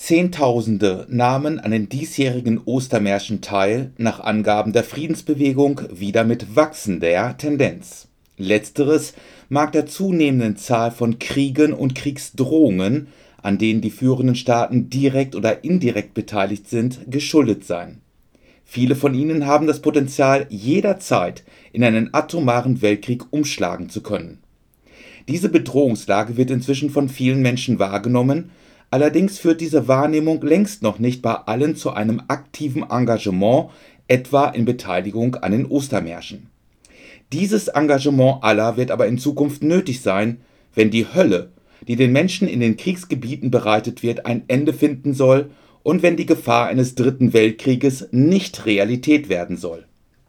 Zehntausende nahmen an den diesjährigen Ostermärschen teil, nach Angaben der Friedensbewegung wieder mit wachsender Tendenz. Letzteres mag der zunehmenden Zahl von Kriegen und Kriegsdrohungen, an denen die führenden Staaten direkt oder indirekt beteiligt sind, geschuldet sein. Viele von ihnen haben das Potenzial, jederzeit in einen atomaren Weltkrieg umschlagen zu können. Diese Bedrohungslage wird inzwischen von vielen Menschen wahrgenommen, allerdings führt diese Wahrnehmung längst noch nicht bei allen zu einem aktiven Engagement, etwa in Beteiligung an den Ostermärschen. Dieses Engagement aller wird aber in Zukunft nötig sein, wenn die Hölle, die den Menschen in den Kriegsgebieten bereitet wird, ein Ende finden soll und wenn die Gefahr eines Dritten Weltkrieges nicht Realität werden soll.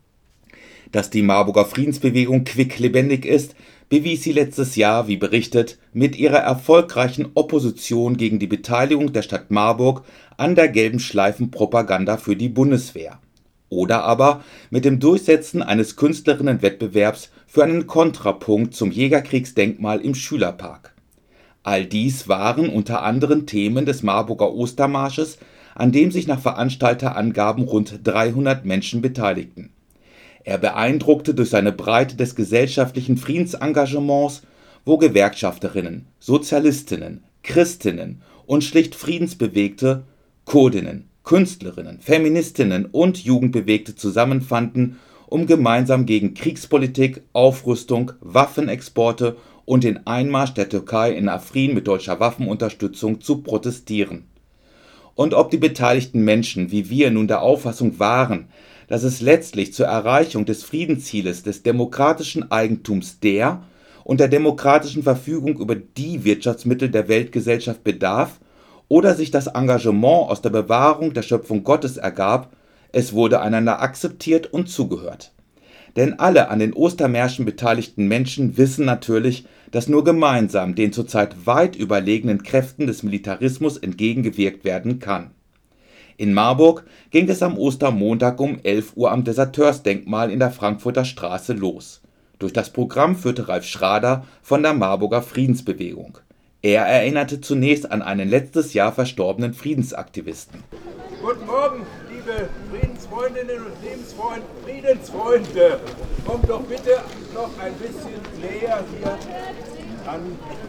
Dass die Marburger Friedensbewegung quicklebendig ist, bewies sie letztes Jahr, wie berichtet, mit ihrer erfolgreichen Opposition gegen die Beteiligung der Stadt Marburg an der gelben Schleifenpropaganda für die Bundeswehr. Oder aber mit dem Durchsetzen eines Künstlerinnenwettbewerbs für einen Kontrapunkt zum Jägerkriegsdenkmal im Schülerpark. All dies waren unter anderem Themen des Marburger Ostermarsches, an dem sich nach Veranstalterangaben rund 300 Menschen beteiligten. Er beeindruckte durch seine Breite des gesellschaftlichen Friedensengagements, wo Gewerkschafterinnen, Sozialistinnen, Christinnen und schlicht Friedensbewegte, Kurdinnen, Künstlerinnen, Feministinnen und Jugendbewegte zusammenfanden, um gemeinsam gegen Kriegspolitik, Aufrüstung, Waffenexporte und den Einmarsch der Türkei in Afrin mit deutscher Waffenunterstützung zu protestieren. Und ob die beteiligten Menschen wie wir nun der Auffassung waren, dass es letztlich zur Erreichung des Friedenszieles des demokratischen Eigentums der und der demokratischen Verfügung über die Wirtschaftsmittel der Weltgesellschaft bedarf, oder sich das Engagement aus der Bewahrung der Schöpfung Gottes ergab, es wurde einander akzeptiert und zugehört. Denn alle an den Ostermärschen beteiligten Menschen wissen natürlich, dass nur gemeinsam den zurzeit weit überlegenen Kräften des Militarismus entgegengewirkt werden kann. In Marburg ging es am Ostermontag um 11 Uhr am Deserteursdenkmal in der Frankfurter Straße los. Durch das Programm führte Ralf Schrader von der Marburger Friedensbewegung. Er erinnerte zunächst an einen letztes Jahr verstorbenen Friedensaktivisten. Guten Morgen, liebe Friedensfreundinnen und Friedensfreunde. Kommt doch bitte noch ein bisschen näher hier an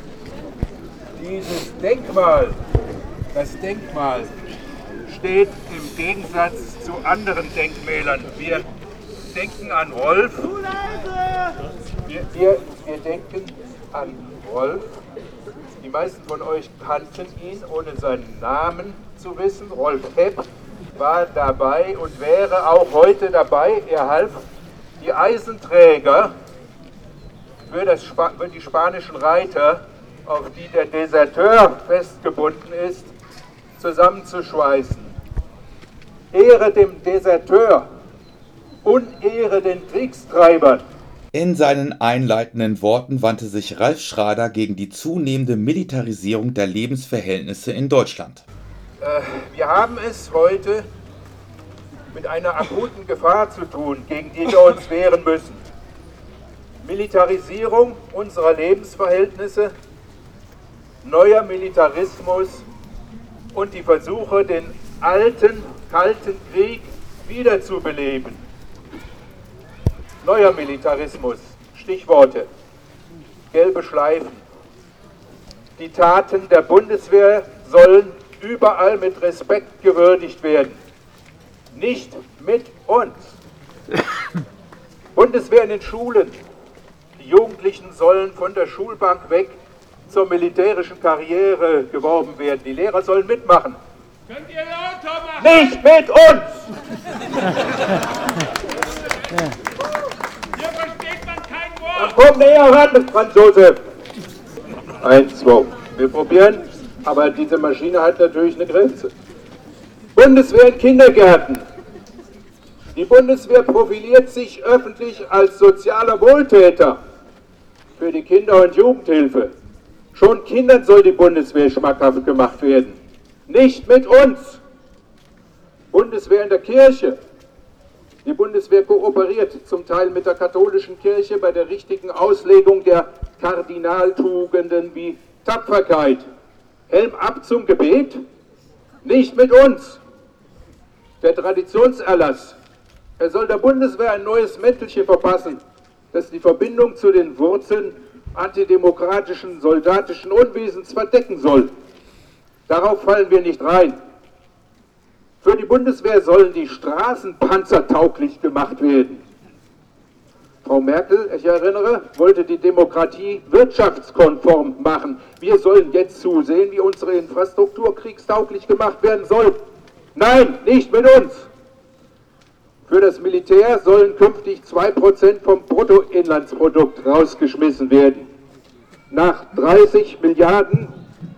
dieses Denkmal. Das Denkmal steht im Gegensatz zu anderen Denkmälern. Wir denken an Rolf. Wir denken an Rolf. Die meisten von euch kannten ihn, ohne seinen Namen zu wissen. Rolf Hepp war dabei und wäre auch heute dabei. Er half, die Eisenträger für die spanischen Reiter, auf die der Deserteur festgebunden ist, zusammenzuschweißen. Ehre dem Deserteur, Unehre den Kriegstreibern. In seinen einleitenden Worten wandte sich Ralf Schrader gegen die zunehmende Militarisierung der Lebensverhältnisse in Deutschland. Wir haben es heute mit einer akuten Gefahr zu tun, gegen die wir uns wehren müssen. Militarisierung unserer Lebensverhältnisse, neuer Militarismus und die Versuche, den alten, kalten Krieg wiederzubeleben. Neuer Militarismus, Stichworte, gelbe Schleifen. Die Taten der Bundeswehr sollen überall mit Respekt gewürdigt werden. Nicht mit uns. Bundeswehr in den Schulen. Die Jugendlichen sollen von der Schulbank weg zur militärischen Karriere geworben werden. Die Lehrer sollen mitmachen. Könnt ihr lauter machen? Nicht mit uns! Hier versteht man kein Dann Wort. komm näher ran, Franz Josef. 1, 2. Wir probieren, aber diese Maschine hat natürlich eine Grenze. Bundeswehr in Kindergärten. Die Bundeswehr profiliert sich öffentlich als sozialer Wohltäter für die Kinder- und Jugendhilfe. Schon Kindern soll die Bundeswehr schmackhaft gemacht werden. Nicht mit uns. Bundeswehr in der Kirche. Die Bundeswehr kooperiert zum Teil mit der katholischen Kirche bei der richtigen Auslegung der Kardinaltugenden wie Tapferkeit. Helm ab zum Gebet? Nicht mit uns. Der Traditionserlass. Er soll der Bundeswehr ein neues Mäntelchen verpassen, das die Verbindung zu den Wurzeln antidemokratischen, soldatischen Unwesens verdecken soll. Darauf fallen wir nicht rein. Für die Bundeswehr sollen die Straßen panzertauglich gemacht werden. Frau Merkel, ich erinnere, wollte die Demokratie wirtschaftskonform machen. Wir sollen jetzt zusehen, wie unsere Infrastruktur kriegstauglich gemacht werden soll. Nein, nicht mit uns. Für das Militär sollen künftig 2% vom Bruttoinlandsprodukt rausgeschmissen werden. Noch 30 Milliarden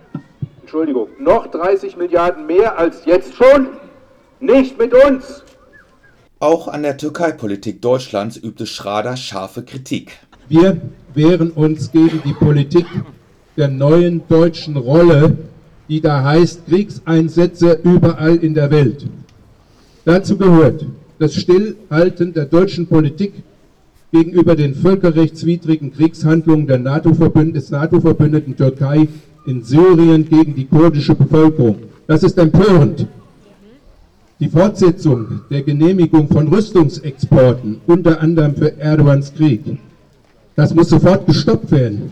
mehr als jetzt schon. Nicht mit uns. Auch an der Türkei-Politik Deutschlands übte Schrader scharfe Kritik. Wir wehren uns gegen die Politik der neuen deutschen Rolle, die da heißt Kriegseinsätze überall in der Welt. Dazu gehört das Stillhalten der deutschen Politik gegenüber den völkerrechtswidrigen Kriegshandlungen des NATO-Verbündeten Türkei in Syrien gegen die kurdische Bevölkerung. Das ist empörend. Die Fortsetzung der Genehmigung von Rüstungsexporten, unter anderem für Erdogans Krieg, das muss sofort gestoppt werden.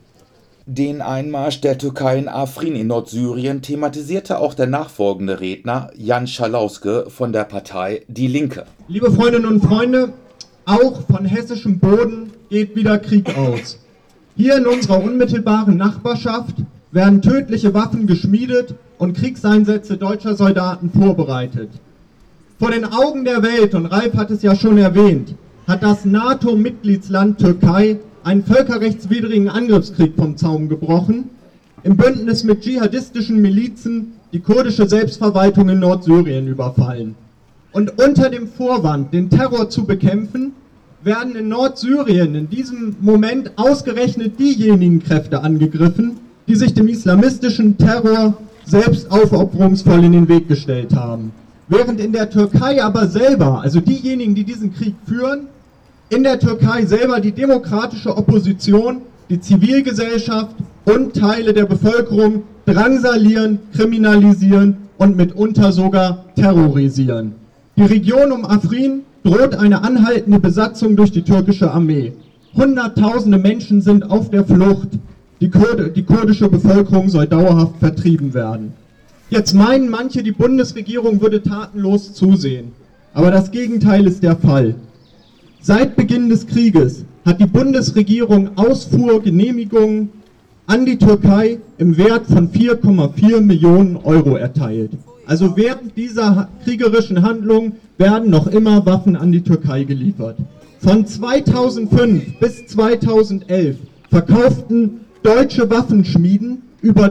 Den Einmarsch der Türkei in Afrin in Nordsyrien thematisierte auch der nachfolgende Redner Jan Schalauske von der Partei Die Linke. Liebe Freundinnen und Freunde, auch von hessischem Boden geht wieder Krieg aus. Hier in unserer unmittelbaren Nachbarschaft werden tödliche Waffen geschmiedet und Kriegseinsätze deutscher Soldaten vorbereitet. Vor den Augen der Welt, und Ralf hat es ja schon erwähnt, hat das NATO-Mitgliedsland Türkei einen völkerrechtswidrigen Angriffskrieg vom Zaum gebrochen, im Bündnis mit dschihadistischen Milizen die kurdische Selbstverwaltung in Nordsyrien überfallen. Und unter dem Vorwand, den Terror zu bekämpfen, werden in Nordsyrien in diesem Moment ausgerechnet diejenigen Kräfte angegriffen, die sich dem islamistischen Terror selbst aufopferungsvoll in den Weg gestellt haben. Während in der Türkei aber selber, also diejenigen, die diesen Krieg führen, in der Türkei selber die demokratische Opposition, die Zivilgesellschaft und Teile der Bevölkerung drangsalieren, kriminalisieren und mitunter sogar terrorisieren. Die Region um Afrin droht eine anhaltende Besatzung durch die türkische Armee. Hunderttausende Menschen sind auf der Flucht. Die kurdische Bevölkerung soll dauerhaft vertrieben werden. Jetzt meinen manche, die Bundesregierung würde tatenlos zusehen. Aber das Gegenteil ist der Fall. Seit Beginn des Krieges hat die Bundesregierung Ausfuhrgenehmigungen an die Türkei im Wert von 4,4 Millionen Euro erteilt. Also während dieser kriegerischen Handlungen werden noch immer Waffen an die Türkei geliefert. Von 2005 bis 2011 verkauften deutsche Waffenschmieden über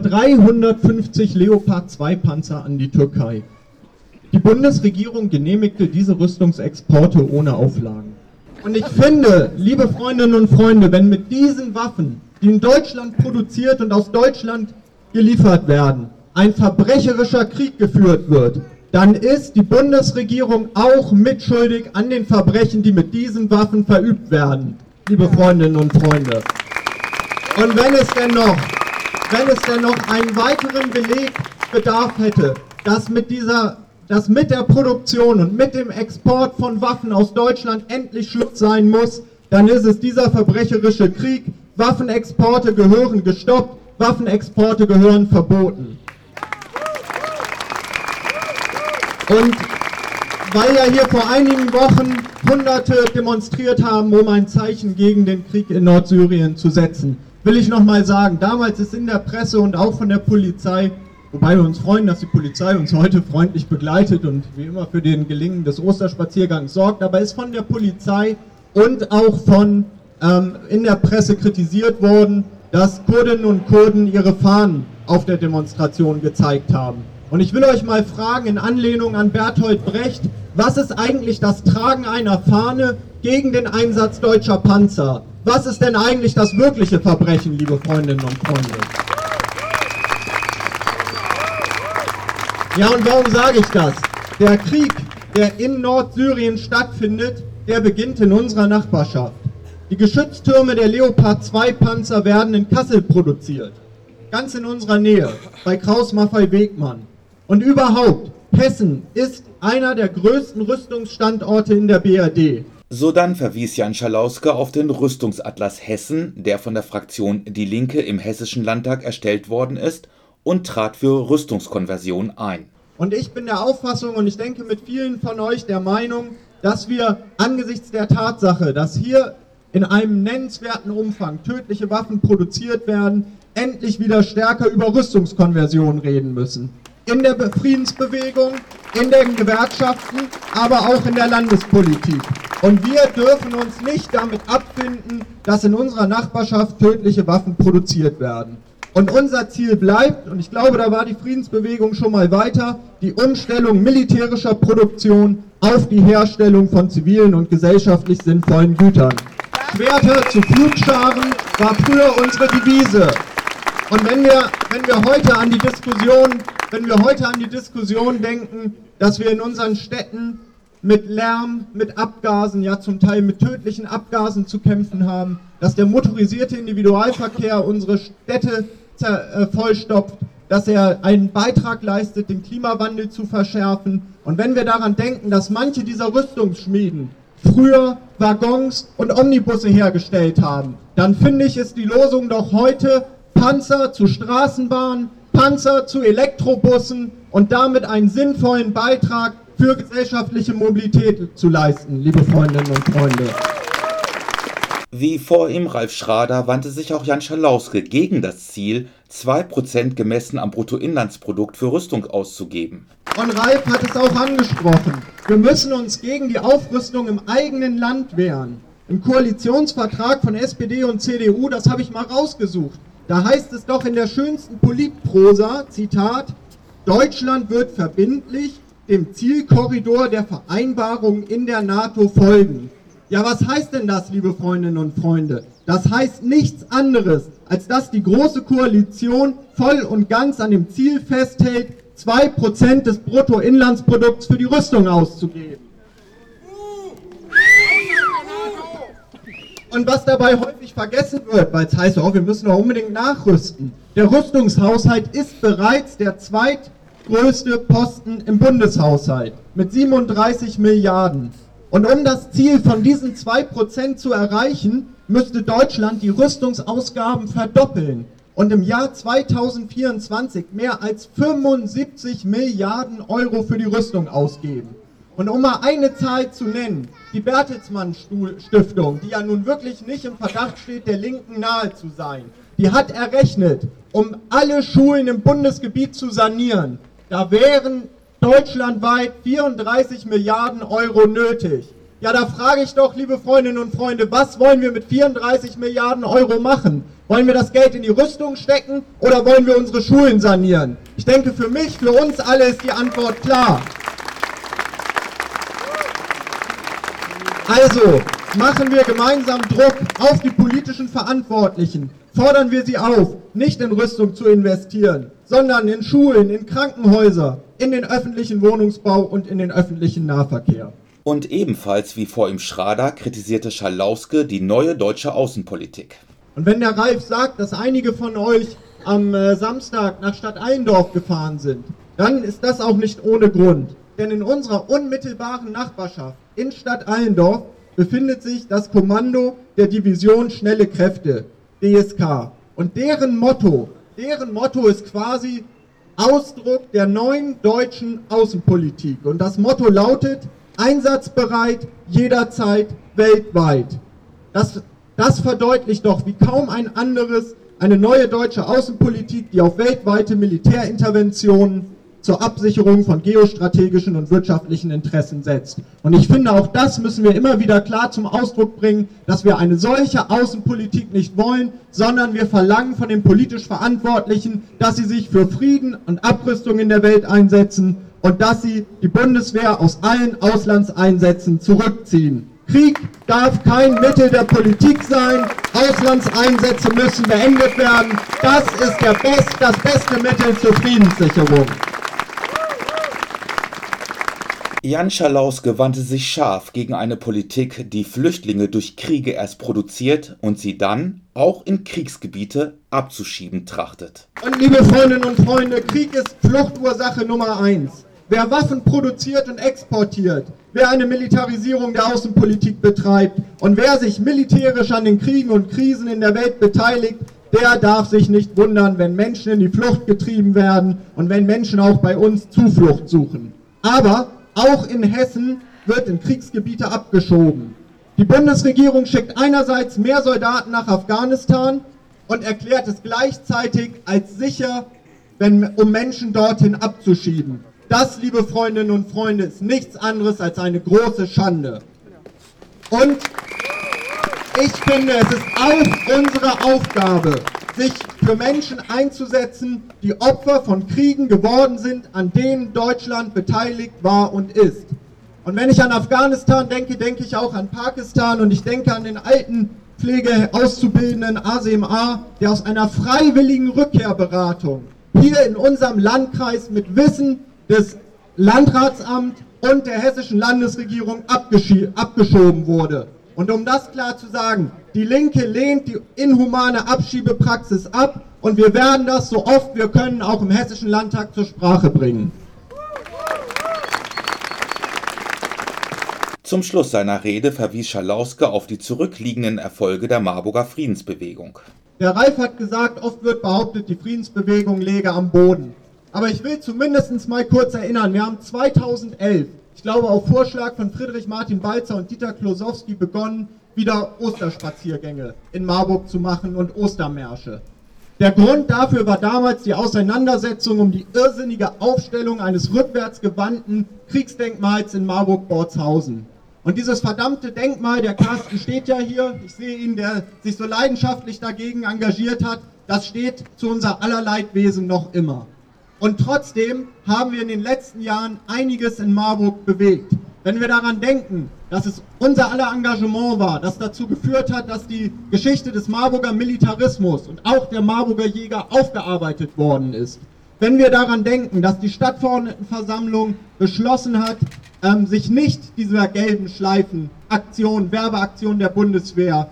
350 Leopard 2 Panzer an die Türkei. Die Bundesregierung genehmigte diese Rüstungsexporte ohne Auflagen. Und ich finde, liebe Freundinnen und Freunde, wenn mit diesen Waffen, die in Deutschland produziert und aus Deutschland geliefert werden, ein verbrecherischer Krieg geführt wird, dann ist die Bundesregierung auch mitschuldig an den Verbrechen, die mit diesen Waffen verübt werden, liebe Freundinnen und Freunde. Und wenn es denn noch einen weiteren Belegbedarf hätte, dass mit der Produktion und mit dem Export von Waffen aus Deutschland endlich Schluss sein muss, dann ist es dieser verbrecherische Krieg. Waffenexporte gehören gestoppt, Waffenexporte gehören verboten. Und weil ja hier vor einigen Wochen Hunderte demonstriert haben, um ein Zeichen gegen den Krieg in Nordsyrien zu setzen, will ich nochmal sagen, damals ist in der Presse und auch von der Polizei, wobei wir uns freuen, dass die Polizei uns heute freundlich begleitet und wie immer für den Gelingen des Osterspaziergangs sorgt, aber ist von der Polizei und auch in der Presse kritisiert worden, dass Kurdinnen und Kurden ihre Fahnen auf der Demonstration gezeigt haben. Und ich will euch mal fragen, in Anlehnung an Bertolt Brecht, was ist eigentlich das Tragen einer Fahne gegen den Einsatz deutscher Panzer? Was ist denn eigentlich das wirkliche Verbrechen, liebe Freundinnen und Freunde? Ja, und warum sage ich das? Der Krieg, der in Nordsyrien stattfindet, der beginnt in unserer Nachbarschaft. Die Geschütztürme der Leopard 2 Panzer werden in Kassel produziert. Ganz in unserer Nähe, bei Kraus Maffei Wegmann. Und überhaupt, Hessen ist einer der größten Rüstungsstandorte in der BRD. Sodann verwies Jan Schalauske auf den Rüstungsatlas Hessen, der von der Fraktion Die Linke im Hessischen Landtag erstellt worden ist, und trat für Rüstungskonversion ein. Und ich bin der Auffassung und ich denke mit vielen von euch der Meinung, dass wir angesichts der Tatsache, dass hier in einem nennenswerten Umfang tödliche Waffen produziert werden, endlich wieder stärker über Rüstungskonversion reden müssen. In der Friedensbewegung, in den Gewerkschaften, aber auch in der Landespolitik. Und wir dürfen uns nicht damit abfinden, dass in unserer Nachbarschaft tödliche Waffen produziert werden. Und unser Ziel bleibt, und ich glaube, da war die Friedensbewegung schon mal weiter, die Umstellung militärischer Produktion auf die Herstellung von zivilen und gesellschaftlich sinnvollen Gütern. Schwerter zu Pflugscharen war früher unsere Devise. Und wenn wir heute an die Diskussion denken, dass wir in unseren Städten mit Lärm, mit Abgasen, ja zum Teil mit tödlichen Abgasen zu kämpfen haben, dass der motorisierte Individualverkehr unsere Städte vollstopft, dass er einen Beitrag leistet, den Klimawandel zu verschärfen. Und wenn wir daran denken, dass manche dieser Rüstungsschmieden früher Waggons und Omnibusse hergestellt haben, dann finde ich, ist die Losung doch heute Panzer zu Straßenbahnen, Panzer zu Elektrobussen und damit einen sinnvollen Beitrag für gesellschaftliche Mobilität zu leisten, liebe Freundinnen und Freunde. Wie vor ihm Ralf Schrader wandte sich auch Jan Schalauske gegen das Ziel, 2% gemessen am Bruttoinlandsprodukt für Rüstung auszugeben. Und Ralf hat es auch angesprochen. Wir müssen uns gegen die Aufrüstung im eigenen Land wehren. Im Koalitionsvertrag von SPD und CDU, das habe ich mal rausgesucht, da heißt es doch in der schönsten Politprosa, Zitat, Deutschland wird verbindlich dem Zielkorridor der Vereinbarung in der NATO folgen. Ja, was heißt denn das, liebe Freundinnen und Freunde? Das heißt nichts anderes, als dass die Große Koalition voll und ganz an dem Ziel festhält, 2% des Bruttoinlandsprodukts für die Rüstung auszugeben. Und was dabei häufig vergessen wird, weil es heißt, wir müssen doch unbedingt nachrüsten. Der Rüstungshaushalt ist bereits der zweitgrößte Posten im Bundeshaushalt mit 37 Milliarden. Und um das Ziel von diesen 2% zu erreichen, müsste Deutschland die Rüstungsausgaben verdoppeln und im Jahr 2024 mehr als 75 Milliarden Euro für die Rüstung ausgeben. Und um mal eine Zahl zu nennen, die Bertelsmann Stiftung, die ja nun wirklich nicht im Verdacht steht, der Linken nahe zu sein, die hat errechnet, um alle Schulen im Bundesgebiet zu sanieren, da wären deutschlandweit 34 Milliarden Euro nötig. Ja, da frage ich doch, liebe Freundinnen und Freunde, was wollen wir mit 34 Milliarden Euro machen? Wollen wir das Geld in die Rüstung stecken oder wollen wir unsere Schulen sanieren? Ich denke, für mich, für uns alle ist die Antwort klar. Also, machen wir gemeinsam Druck auf die politischen Verantwortlichen. Fordern wir sie auf, nicht in Rüstung zu investieren, sondern in Schulen, in Krankenhäuser, in den öffentlichen Wohnungsbau und in den öffentlichen Nahverkehr. Und ebenfalls wie vor ihm Schrader kritisierte Schalauske die neue deutsche Außenpolitik. Und wenn der Ralf sagt, dass einige von euch am Samstag nach Stadt Allendorf gefahren sind, dann ist das auch nicht ohne Grund. Denn in unserer unmittelbaren Nachbarschaft in Stadt Allendorf befindet sich das Kommando der Division Schnelle Kräfte, DSK. Und deren Motto ist quasi Ausdruck der neuen deutschen Außenpolitik. Und das Motto lautet, einsatzbereit, jederzeit, weltweit. Das verdeutlicht doch wie kaum ein anderes eine neue deutsche Außenpolitik, die auf weltweite Militärinterventionen zur Absicherung von geostrategischen und wirtschaftlichen Interessen setzt. Und ich finde, auch das müssen wir immer wieder klar zum Ausdruck bringen, dass wir eine solche Außenpolitik nicht wollen, sondern wir verlangen von den politisch Verantwortlichen, dass sie sich für Frieden und Abrüstung in der Welt einsetzen und dass sie die Bundeswehr aus allen Auslandseinsätzen zurückziehen. Krieg darf kein Mittel der Politik sein, Auslandseinsätze müssen beendet werden. Das ist das beste Mittel zur Friedenssicherung. Jan Schalauske wandte sich scharf gegen eine Politik, die Flüchtlinge durch Kriege erst produziert und sie dann, auch in Kriegsgebiete, abzuschieben trachtet. Und liebe Freundinnen und Freunde, Krieg ist Fluchtursache Nummer 1. Wer Waffen produziert und exportiert, wer eine Militarisierung der Außenpolitik betreibt und wer sich militärisch an den Kriegen und Krisen in der Welt beteiligt, der darf sich nicht wundern, wenn Menschen in die Flucht getrieben werden und wenn Menschen auch bei uns Zuflucht suchen. Aber auch in Hessen wird in Kriegsgebiete abgeschoben. Die Bundesregierung schickt einerseits mehr Soldaten nach Afghanistan und erklärt es gleichzeitig als sicher, um Menschen dorthin abzuschieben. Das, liebe Freundinnen und Freunde, ist nichts anderes als eine große Schande. Und ich finde, es ist auch unsere Aufgabe, sich für Menschen einzusetzen, die Opfer von Kriegen geworden sind, an denen Deutschland beteiligt war und ist. Und wenn ich an Afghanistan denke, denke ich auch an Pakistan und ich denke an den Altenpflegeauszubildenden ASEM-A, der aus einer freiwilligen Rückkehrberatung hier in unserem Landkreis mit Wissen des Landratsamts und der hessischen Landesregierung abgeschoben wurde. Und um das klar zu sagen, die Linke lehnt die inhumane Abschiebepraxis ab und wir werden das so oft wir können auch im Hessischen Landtag zur Sprache bringen. Zum Schluss seiner Rede verwies Schalauske auf die zurückliegenden Erfolge der Marburger Friedensbewegung. Der Ralf hat gesagt, oft wird behauptet, die Friedensbewegung läge am Boden. Aber ich will zumindest mal kurz erinnern, wir haben 2011, ich glaube auf Vorschlag von Friedrich Martin Balzer und Dieter Klosowski begonnen, wieder Osterspaziergänge in Marburg zu machen und Ostermärsche. Der Grund dafür war damals die Auseinandersetzung um die irrsinnige Aufstellung eines rückwärtsgewandten Kriegsdenkmals in Marburg-Borzhausen. Und dieses verdammte Denkmal, der Carsten steht ja hier, ich sehe ihn, der sich so leidenschaftlich dagegen engagiert hat, das steht zu unser aller Leidwesen noch immer. Und trotzdem haben wir in den letzten Jahren einiges in Marburg bewegt. Wenn wir daran denken, dass es unser aller Engagement war, das dazu geführt hat, dass die Geschichte des Marburger Militarismus und auch der Marburger Jäger aufgearbeitet worden ist. Wenn wir daran denken, dass die Stadtverordnetenversammlung beschlossen hat, sich nicht dieser gelben Schleifen-Aktion, Werbeaktion der Bundeswehr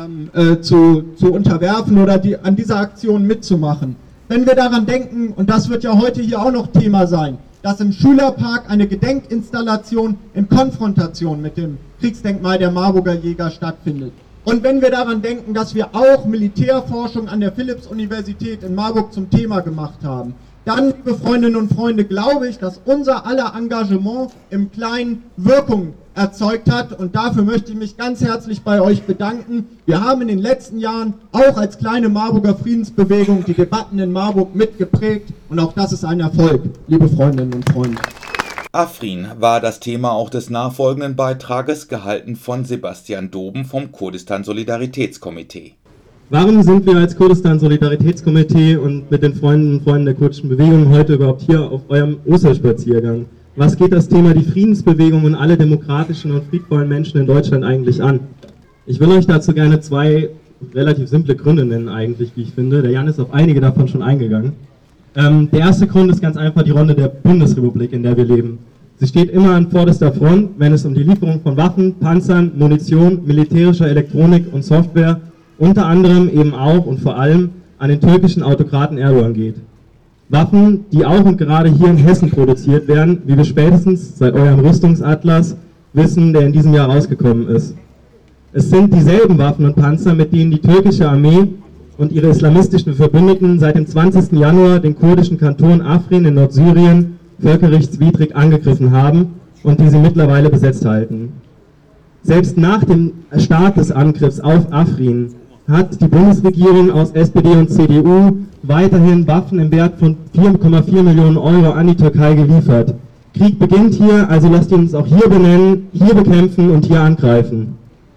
zu unterwerfen oder an dieser Aktion mitzumachen. Wenn wir daran denken, und das wird ja heute hier auch noch Thema sein, dass im Schülerpark eine Gedenkinstallation in Konfrontation mit dem Kriegsdenkmal der Marburger Jäger stattfindet. Und wenn wir daran denken, dass wir auch Militärforschung an der Philipps-Universität in Marburg zum Thema gemacht haben, dann, liebe Freundinnen und Freunde, glaube ich, dass unser aller Engagement im Kleinen Wirkung erzeugt hat und dafür möchte ich mich ganz herzlich bei euch bedanken. Wir haben in den letzten Jahren auch als kleine Marburger Friedensbewegung die Debatten in Marburg mitgeprägt und auch das ist ein Erfolg, liebe Freundinnen und Freunde. Afrin war das Thema auch des nachfolgenden Beitrages, gehalten von Sebastian Doben vom Kurdistan Solidaritätskomitee. Warum sind wir als Kurdistan Solidaritätskomitee und mit den Freundinnen und Freunden der kurdischen Bewegung heute überhaupt hier auf eurem Osterspaziergang? Was geht das Thema die Friedensbewegung und alle demokratischen und friedvollen Menschen in Deutschland eigentlich an? Ich will euch dazu gerne zwei relativ simple Gründe nennen eigentlich, wie ich finde. Der Jan ist auf einige davon schon eingegangen. Der erste Grund ist ganz einfach die Rolle der Bundesrepublik, in der wir leben. Sie steht immer an vorderster Front, wenn es um die Lieferung von Waffen, Panzern, Munition, militärischer Elektronik und Software, unter anderem eben auch und vor allem an den türkischen Autokraten Erdogan geht. Waffen, die auch und gerade hier in Hessen produziert werden, wie wir spätestens seit eurem Rüstungsatlas wissen, der in diesem Jahr rausgekommen ist. Es sind dieselben Waffen und Panzer, mit denen die türkische Armee und ihre islamistischen Verbündeten seit dem 20. Januar den kurdischen Kanton Afrin in Nordsyrien völkerrechtswidrig angegriffen haben und die sie mittlerweile besetzt halten. Selbst nach dem Start des Angriffs auf Afrin hat die Bundesregierung aus SPD und CDU weiterhin Waffen im Wert von 4,4 Millionen Euro an die Türkei geliefert. Krieg beginnt hier, also lasst ihn uns auch hier benennen, hier bekämpfen und hier angreifen.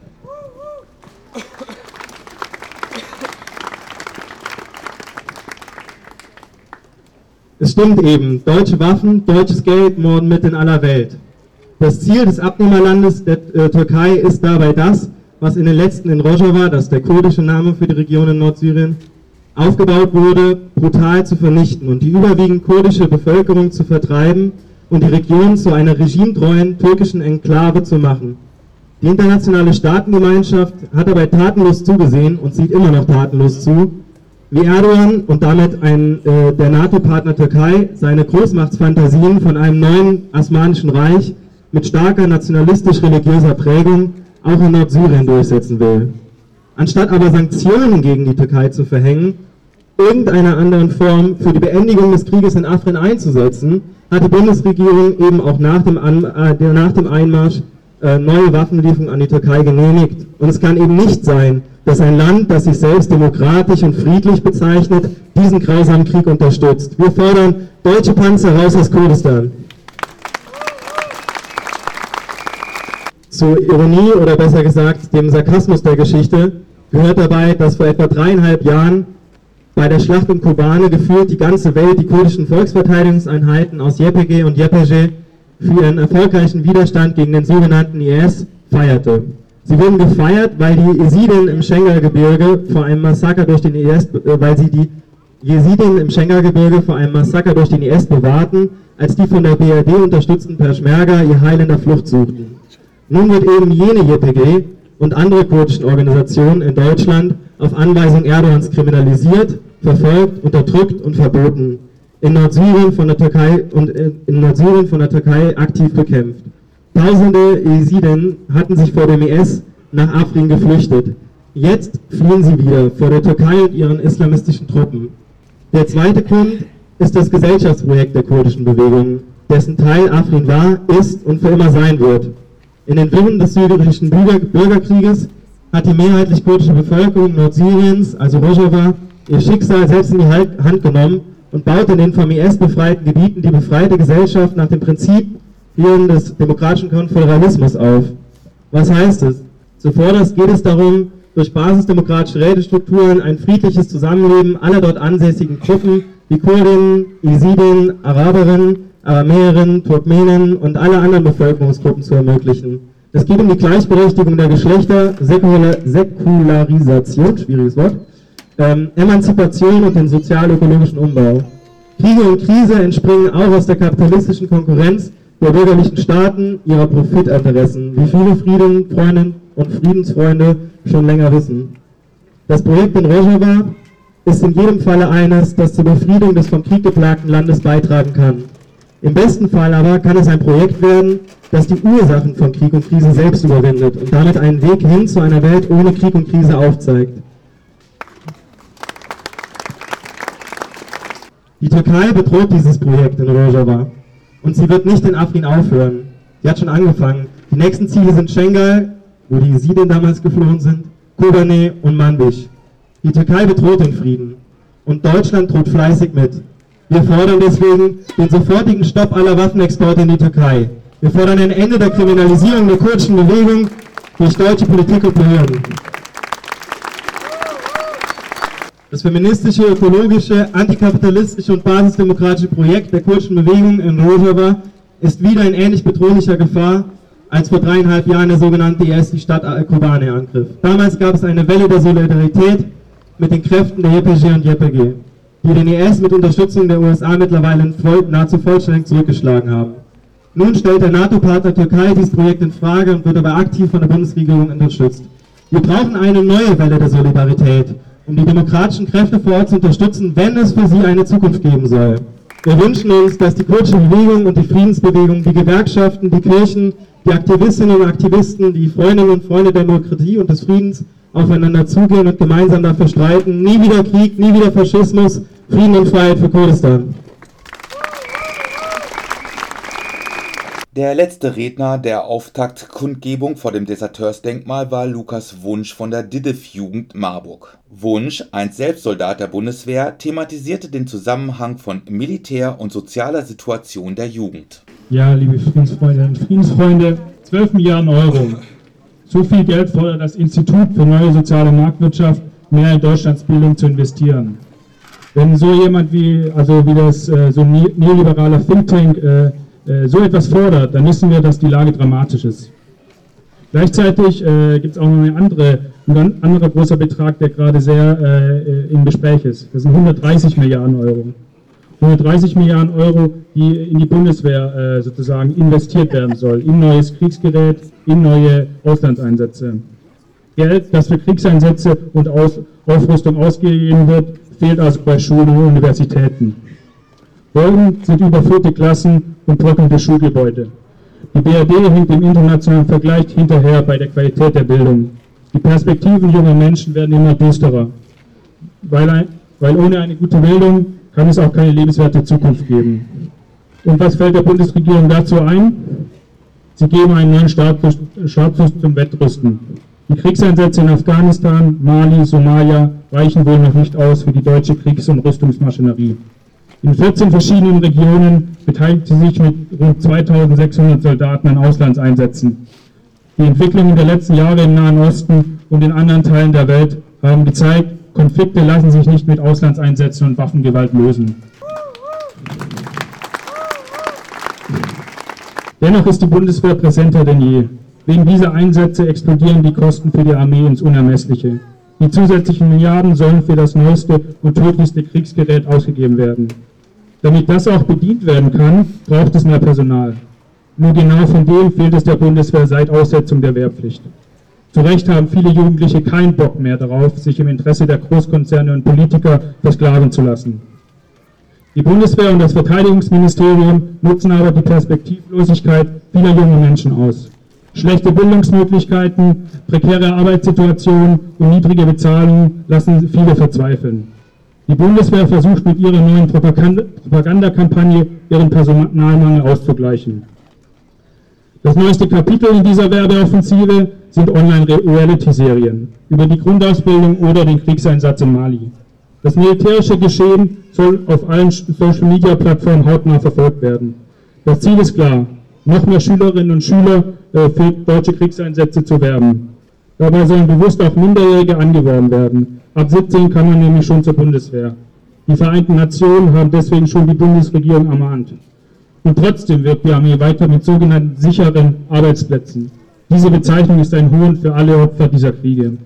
Es stimmt eben, deutsche Waffen, deutsches Geld morden mit in aller Welt. Das Ziel des Abnehmerlandes der Türkei ist dabei das, was in den letzten in Rojava, das ist der kurdische Name für die Region in Nordsyrien, aufgebaut wurde, brutal zu vernichten und die überwiegend kurdische Bevölkerung zu vertreiben und die Region zu einer regimetreuen türkischen Enklave zu machen. Die internationale Staatengemeinschaft hat dabei tatenlos zugesehen und sieht immer noch tatenlos zu, wie Erdogan und damit der NATO-Partner Türkei seine Großmachtsfantasien von einem neuen Osmanischen Reich mit starker nationalistisch-religiöser Prägung auch in Nordsyrien durchsetzen will. Anstatt aber Sanktionen gegen die Türkei zu verhängen, irgendeiner anderen Form für die Beendigung des Krieges in Afrin einzusetzen, hat die Bundesregierung eben auch nach dem Einmarsch neue Waffenlieferungen an die Türkei genehmigt. Und es kann eben nicht sein, dass ein Land, das sich selbst demokratisch und friedlich bezeichnet, diesen grausamen Krieg unterstützt. Wir fordern deutsche Panzer raus aus Kurdistan. Zur Ironie oder besser gesagt dem Sarkasmus der Geschichte gehört dabei, dass vor etwa 3,5 Jahren bei der Schlacht um Kobane gefühlt die ganze Welt die kurdischen Volksverteidigungseinheiten aus YPG und YPG für ihren erfolgreichen Widerstand gegen den sogenannten IS feierte. Sie wurden gefeiert, weil die Jesiden im Schengalgebirge vor einem Massaker durch den IS, bewahrten, als die von der BRD unterstützten Peschmerga ihr Heil in der Flucht suchten. Nun wird eben jene YPG und andere kurdischen Organisationen in Deutschland auf Anweisung Erdogans kriminalisiert, verfolgt, unterdrückt und verboten. In Nordsyrien von der Türkei aktiv bekämpft. Tausende Jesiden hatten sich vor dem IS nach Afrin geflüchtet. Jetzt fliehen sie wieder vor der Türkei und ihren islamistischen Truppen. Der zweite Grund ist das Gesellschaftsprojekt der kurdischen Bewegung, dessen Teil Afrin war, ist und für immer sein wird. In den Wirren des syrischen Bürgerkrieges hat die mehrheitlich kurdische Bevölkerung Nordsyriens, also Rojava, ihr Schicksal selbst in die Hand genommen und baut in den vom IS befreiten Gebieten die befreite Gesellschaft nach dem Prinzip des demokratischen Konföderalismus auf. Was heißt es? Zuvorderst geht es darum, durch basisdemokratische Rätestrukturen ein friedliches Zusammenleben aller dort ansässigen Gruppen wie Kurdinnen, Jesiden, Araberinnen, Aramäerinnen, Turkmenen und alle anderen Bevölkerungsgruppen zu ermöglichen. Es geht um die Gleichberechtigung der Geschlechter, Säkularisation, schwieriges Wort, Emanzipation und den sozial-ökologischen Umbau. Kriege und Krise entspringen auch aus der kapitalistischen Konkurrenz der bürgerlichen Staaten, ihrer Profitinteressen, wie viele Friedensfreundinnen und Friedensfreunde schon länger wissen. Das Projekt in Rojava ist in jedem Falle eines, das zur Befriedung des vom Krieg geplagten Landes beitragen kann. Im besten Fall aber kann es ein Projekt werden, das die Ursachen von Krieg und Krise selbst überwindet und damit einen Weg hin zu einer Welt ohne Krieg und Krise aufzeigt. Die Türkei bedroht dieses Projekt in Rojava und sie wird nicht in Afrin aufhören. Sie hat schon angefangen. Die nächsten Ziele sind Schengal, wo die Jesiden damals geflohen sind, Kobane und Manbij. Die Türkei bedroht den Frieden und Deutschland droht fleißig mit. Wir fordern deswegen den sofortigen Stopp aller Waffenexporte in die Türkei. Wir fordern ein Ende der Kriminalisierung der kurdischen Bewegung durch deutsche Politik und Behörden. Das feministische, ökologische, antikapitalistische und basisdemokratische Projekt der kurdischen Bewegung in Rojava ist wieder in ähnlich bedrohlicher Gefahr, als vor 3,5 Jahren der sogenannte IS die Stadt Kobane angriff. Damals gab es eine Welle der Solidarität mit den Kräften der YPG und YPG, die den IS mit Unterstützung der USA mittlerweile nahezu vollständig zurückgeschlagen haben. Nun stellt der NATO-Partner Türkei dieses Projekt in Frage und wird dabei aktiv von der Bundesregierung unterstützt. Wir brauchen eine neue Welle der Solidarität, um die demokratischen Kräfte vor Ort zu unterstützen, wenn es für sie eine Zukunft geben soll. Wir wünschen uns, dass die kurdische Bewegung und die Friedensbewegung, die Gewerkschaften, die Kirchen, die Aktivistinnen und Aktivisten, die Freundinnen und Freunde der Demokratie und des Friedens aufeinander zugehen und gemeinsam dafür streiten. Nie wieder Krieg, nie wieder Faschismus, Frieden und Freiheit für Kurdistan. Der letzte Redner der Auftaktkundgebung vor dem Deserteursdenkmal war Lukas Wunsch von der DIDIF-Jugend Marburg. Wunsch, einst selbst Soldat der Bundeswehr, thematisierte den Zusammenhang von Militär und sozialer Situation der Jugend. Ja, liebe Friedensfreundinnen und Friedensfreunde, 12 Milliarden Euro. So viel Geld fordert das Institut für neue soziale Marktwirtschaft, mehr in Deutschlands Bildung zu investieren. Wenn so jemand wie das so ein neoliberaler Think Tank so etwas fordert, dann wissen wir, dass die Lage dramatisch ist. Gleichzeitig gibt es auch noch ein anderer großer Betrag, der gerade sehr im Gespräch ist. Das sind 130 Milliarden Euro. 130 Milliarden Euro, die in die Bundeswehr sozusagen investiert werden soll, in neues Kriegsgerät, in neue Auslandseinsätze. Geld, das für Kriegseinsätze und Aufrüstung ausgegeben wird, fehlt also bei Schulen und Universitäten. Folgen sind überfüllte Klassen und trockene Schulgebäude. Die BRD hinkt im internationalen Vergleich hinterher bei der Qualität der Bildung. Die Perspektiven junger Menschen werden immer düsterer, weil ohne eine gute Bildung kann es auch keine lebenswerte Zukunft geben. Und was fällt der Bundesregierung dazu ein? Sie geben einen neuen Startschuss zum Wettrüsten. Die Kriegseinsätze in Afghanistan, Mali, Somalia reichen wohl noch nicht aus für die deutsche Kriegs- und Rüstungsmaschinerie. In 14 verschiedenen Regionen beteiligt sie sich mit rund 2600 Soldaten an Auslandseinsätzen. Die Entwicklungen der letzten Jahre im Nahen Osten und in anderen Teilen der Welt haben gezeigt, Konflikte lassen sich nicht mit Auslandseinsätzen und Waffengewalt lösen. Dennoch ist die Bundeswehr präsenter denn je. Wegen dieser Einsätze explodieren die Kosten für die Armee ins Unermessliche. Die zusätzlichen Milliarden sollen für das neueste und tödlichste Kriegsgerät ausgegeben werden. Damit das auch bedient werden kann, braucht es mehr Personal. Nur genau von dem fehlt es der Bundeswehr seit Aussetzung der Wehrpflicht. Zu Recht haben viele Jugendliche keinen Bock mehr darauf, sich im Interesse der Großkonzerne und Politiker versklaven zu lassen. Die Bundeswehr und das Verteidigungsministerium nutzen aber die Perspektivlosigkeit vieler junger Menschen aus. Schlechte Bildungsmöglichkeiten, prekäre Arbeitssituationen und niedrige Bezahlungen lassen viele verzweifeln. Die Bundeswehr versucht mit ihrer neuen Propagandakampagne ihren Personalmangel auszugleichen. Das neueste Kapitel in dieser Werbeoffensive sind Online-Reality-Serien über die Grundausbildung oder den Kriegseinsatz in Mali. Das militärische Geschehen soll auf allen Social-Media-Plattformen hautnah verfolgt werden. Das Ziel ist klar: noch mehr Schülerinnen und Schüler für deutsche Kriegseinsätze zu werben. Dabei sollen bewusst auch Minderjährige angeworben werden. Ab 17 kann man nämlich schon zur Bundeswehr. Die Vereinten Nationen haben deswegen schon die Bundesregierung ermahnt. Und trotzdem wirkt die Armee weiter mit sogenannten sicheren Arbeitsplätzen. Diese Bezeichnung ist ein Hohn für alle Opfer dieser Kriege.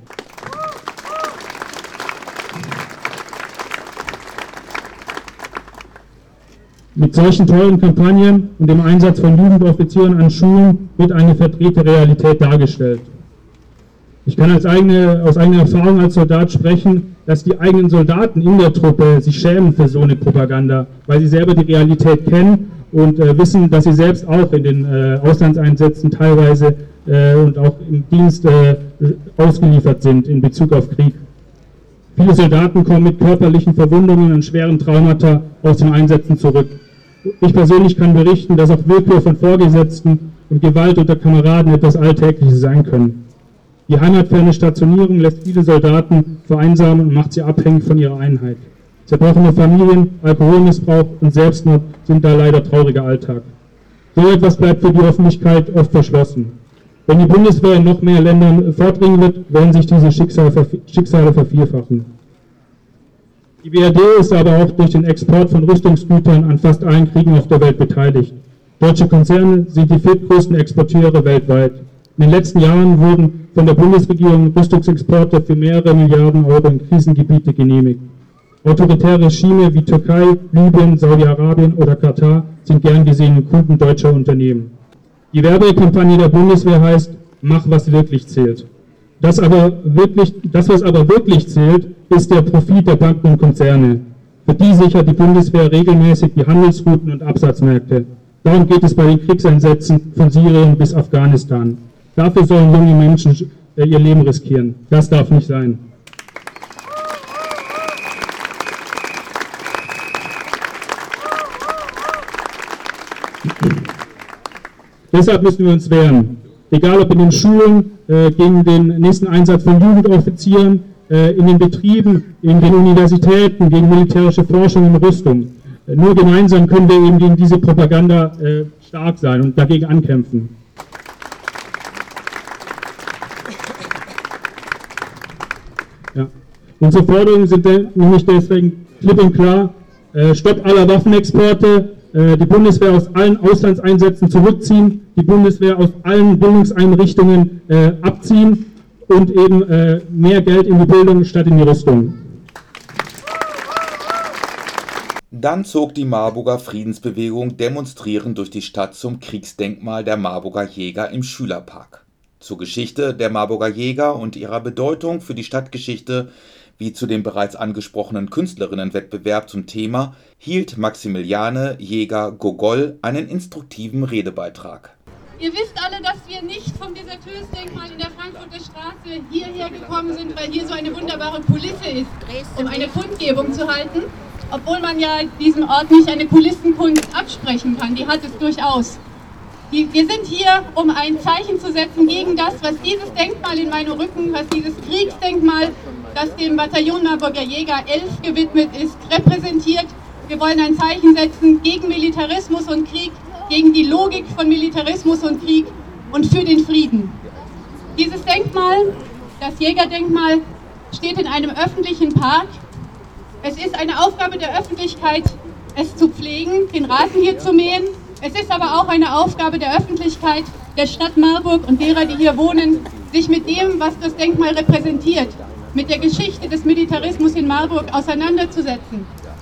Mit solchen teuren Kampagnen und dem Einsatz von Jugendoffizieren an Schulen wird eine verdrehte Realität dargestellt. Ich kann aus eigener Erfahrung als Soldat sprechen, dass die eigenen Soldaten in der Truppe sich schämen für so eine Propaganda, weil sie selber die Realität kennen und wissen, dass sie selbst auch in den Auslandseinsätzen teilweise und auch im Dienst ausgeliefert sind in Bezug auf Krieg. Viele Soldaten kommen mit körperlichen Verwundungen und schweren Traumata aus den Einsätzen zurück. Ich persönlich kann berichten, dass auch Willkür von Vorgesetzten und Gewalt unter Kameraden etwas Alltägliches sein können. Die heimatferne Stationierung lässt viele Soldaten vereinsamen und macht sie abhängig von ihrer Einheit. Zerbrochene Familien, Alkoholmissbrauch und Selbstmord sind da leider trauriger Alltag. So etwas bleibt für die Öffentlichkeit oft verschlossen. Wenn die Bundeswehr in noch mehr Ländern vordringen wird, werden sich diese Schicksale vervielfachen. Die BRD ist aber auch durch den Export von Rüstungsgütern an fast allen Kriegen auf der Welt beteiligt. Deutsche Konzerne sind die viertgrößten Exporteure weltweit. In den letzten Jahren wurden von der Bundesregierung Rüstungsexporte für mehrere Milliarden Euro in Krisengebiete genehmigt. Autoritäre Regime wie Türkei, Libyen, Saudi-Arabien oder Katar sind gern gesehene Kunden deutscher Unternehmen. Die Werbekampagne der Bundeswehr heißt: Mach, was wirklich zählt. Das, was aber wirklich zählt, ist der Profit der Banken und Konzerne. Für die sichert die Bundeswehr regelmäßig die Handelsrouten und Absatzmärkte. Darum geht es bei den Kriegseinsätzen von Syrien bis Afghanistan. Dafür sollen junge Menschen ihr Leben riskieren. Das darf nicht sein. Deshalb müssen wir uns wehren. Egal ob in den Schulen, gegen den nächsten Einsatz von Jugendoffizieren, in den Betrieben, in den Universitäten, gegen militärische Forschung und Rüstung. Nur gemeinsam können wir eben gegen diese Propaganda stark sein und dagegen ankämpfen. Ja. Unsere Forderungen sind nämlich deswegen klipp und klar: Stopp aller Waffenexporte, die Bundeswehr aus allen Auslandseinsätzen zurückziehen, die Bundeswehr aus allen Bildungseinrichtungen abziehen und eben mehr Geld in die Bildung statt in die Rüstung. Dann zog die Marburger Friedensbewegung demonstrierend durch die Stadt zum Kriegsdenkmal der Marburger Jäger im Schülerpark. Zur Geschichte der Marburger Jäger und ihrer Bedeutung für die Stadtgeschichte wie zu dem bereits angesprochenen Künstlerinnenwettbewerb zum Thema hielt Maximiliane Jäger-Gogol einen instruktiven Redebeitrag. Ihr wisst alle, dass wir nicht vom Deserteursdenkmal in der Frankfurter Straße hierher gekommen sind, weil hier so eine wunderbare Kulisse ist, um eine Kundgebung zu halten, obwohl man ja diesem Ort nicht eine Kulissenkunst absprechen kann, die hat es durchaus. Wir sind hier, um ein Zeichen zu setzen gegen das, was dieses Denkmal in meinem Rücken, was dieses Kriegsdenkmal, das dem Bataillon Marburger Jäger 11 gewidmet ist, repräsentiert. Wir wollen ein Zeichen setzen gegen Militarismus und Krieg, gegen die Logik von Militarismus und Krieg und für den Frieden. Dieses Denkmal, das Jägerdenkmal, steht in einem öffentlichen Park. Es ist eine Aufgabe der Öffentlichkeit, es zu pflegen, den Rasen hier zu mähen. Es ist aber auch eine Aufgabe der Öffentlichkeit, der Stadt Marburg und derer, die hier wohnen, sich mit dem, was das Denkmal repräsentiert, mit der Geschichte des Militarismus in Marburg auseinanderzusetzen.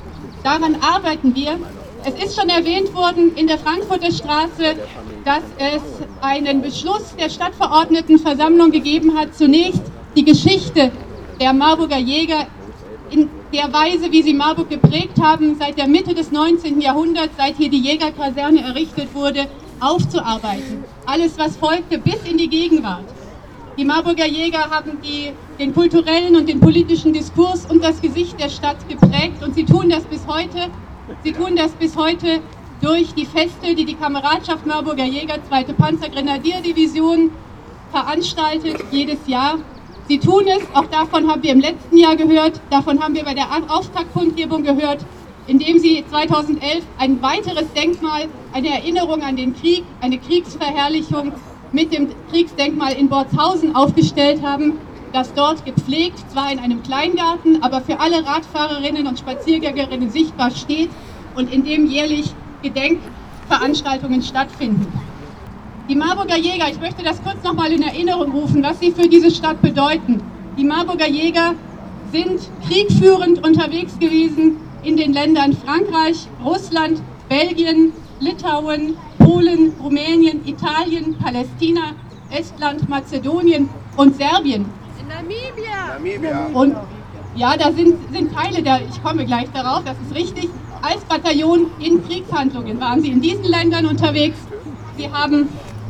Daran arbeiten wir. Es ist schon erwähnt worden in der Frankfurter Straße, dass es einen Beschluss der Stadtverordnetenversammlung gegeben hat, zunächst die Geschichte der Marburger Jäger in der Weise, wie sie Marburg geprägt haben, seit der Mitte des 19. Jahrhunderts, seit hier die Jägerkaserne errichtet wurde, aufzuarbeiten. Alles, was folgte, bis in die Gegenwart. Die Marburger Jäger haben den kulturellen und den politischen Diskurs und das Gesicht der Stadt geprägt und sie tun das bis heute. Sie tun das bis heute durch die Feste, die die Kameradschaft Marburger Jäger 2. Panzergrenadierdivision veranstaltet, jedes Jahr. Sie tun es, auch davon haben wir im letzten Jahr gehört, davon haben wir bei der Auftaktkundgebung gehört, indem sie 2011 ein weiteres Denkmal, eine Erinnerung an den Krieg, eine Kriegsverherrlichung mit dem Kriegsdenkmal in Borzhausen aufgestellt haben, das dort gepflegt, zwar in einem Kleingarten, aber für alle Radfahrerinnen und Spaziergängerinnen sichtbar steht und in dem jährlich Gedenkveranstaltungen stattfinden. Die Marburger Jäger, ich möchte das kurz nochmal in Erinnerung rufen, was sie für diese Stadt bedeuten. Die Marburger Jäger sind kriegführend unterwegs gewesen in den Ländern Frankreich, Russland, Belgien, Litauen, Polen, Rumänien, Italien, Palästina, Estland, Mazedonien und Serbien. In Namibia. Und ja, da sind Teile, ich komme gleich darauf, das ist richtig. Als Bataillon in Kriegshandlungen waren sie in diesen Ländern unterwegs. Sie haben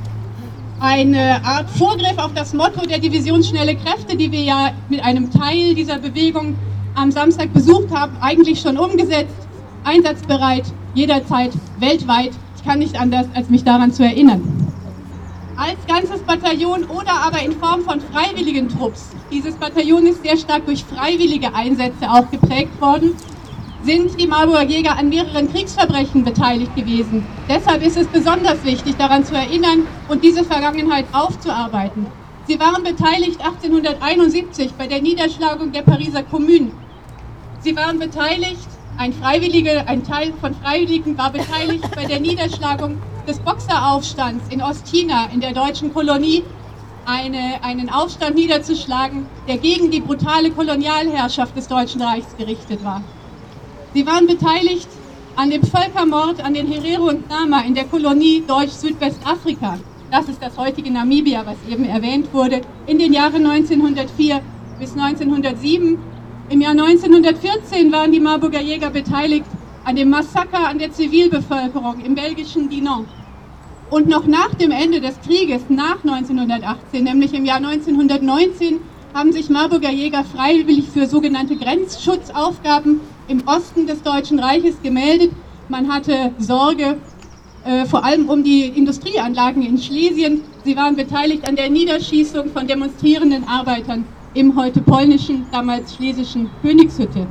eine Art Vorgriff auf das Motto der Division Schnelle Kräfte, die wir ja mit einem Teil dieser Bewegung am Samstag besucht haben, eigentlich schon umgesetzt, einsatzbereit, jederzeit, weltweit. Ich kann nicht anders, als mich daran zu erinnern. Als ganzes Bataillon oder aber in Form von freiwilligen Trupps, dieses Bataillon ist sehr stark durch freiwillige Einsätze auch geprägt worden, sind die Marburger Jäger an mehreren Kriegsverbrechen beteiligt gewesen. Deshalb ist es besonders wichtig, daran zu erinnern und diese Vergangenheit aufzuarbeiten. Sie waren beteiligt 1871 bei der Niederschlagung der Pariser Kommune. Sie waren beteiligt, ein Teil von Freiwilligen war beteiligt bei der Niederschlagung des Boxeraufstands in Ostchina, in der deutschen Kolonie, einen Aufstand niederzuschlagen, der gegen die brutale Kolonialherrschaft des Deutschen Reichs gerichtet war. Sie waren beteiligt an dem Völkermord an den Herero und Nama in der Kolonie Deutsch-Südwestafrika. Das ist das heutige Namibia, was eben erwähnt wurde, in den Jahren 1904 bis 1907. Im Jahr 1914 waren die Marburger Jäger beteiligt an dem Massaker an der Zivilbevölkerung im belgischen Dinant. Und noch nach dem Ende des Krieges, nach 1918, nämlich im Jahr 1919, haben sich Marburger Jäger freiwillig für sogenannte Grenzschutzaufgaben im Osten des Deutschen Reiches gemeldet. Man hatte Sorge vor allem um die Industrieanlagen in Schlesien. Sie waren beteiligt an der Niederschießung von demonstrierenden Arbeitern im heute polnischen, damals schlesischen Königshütte.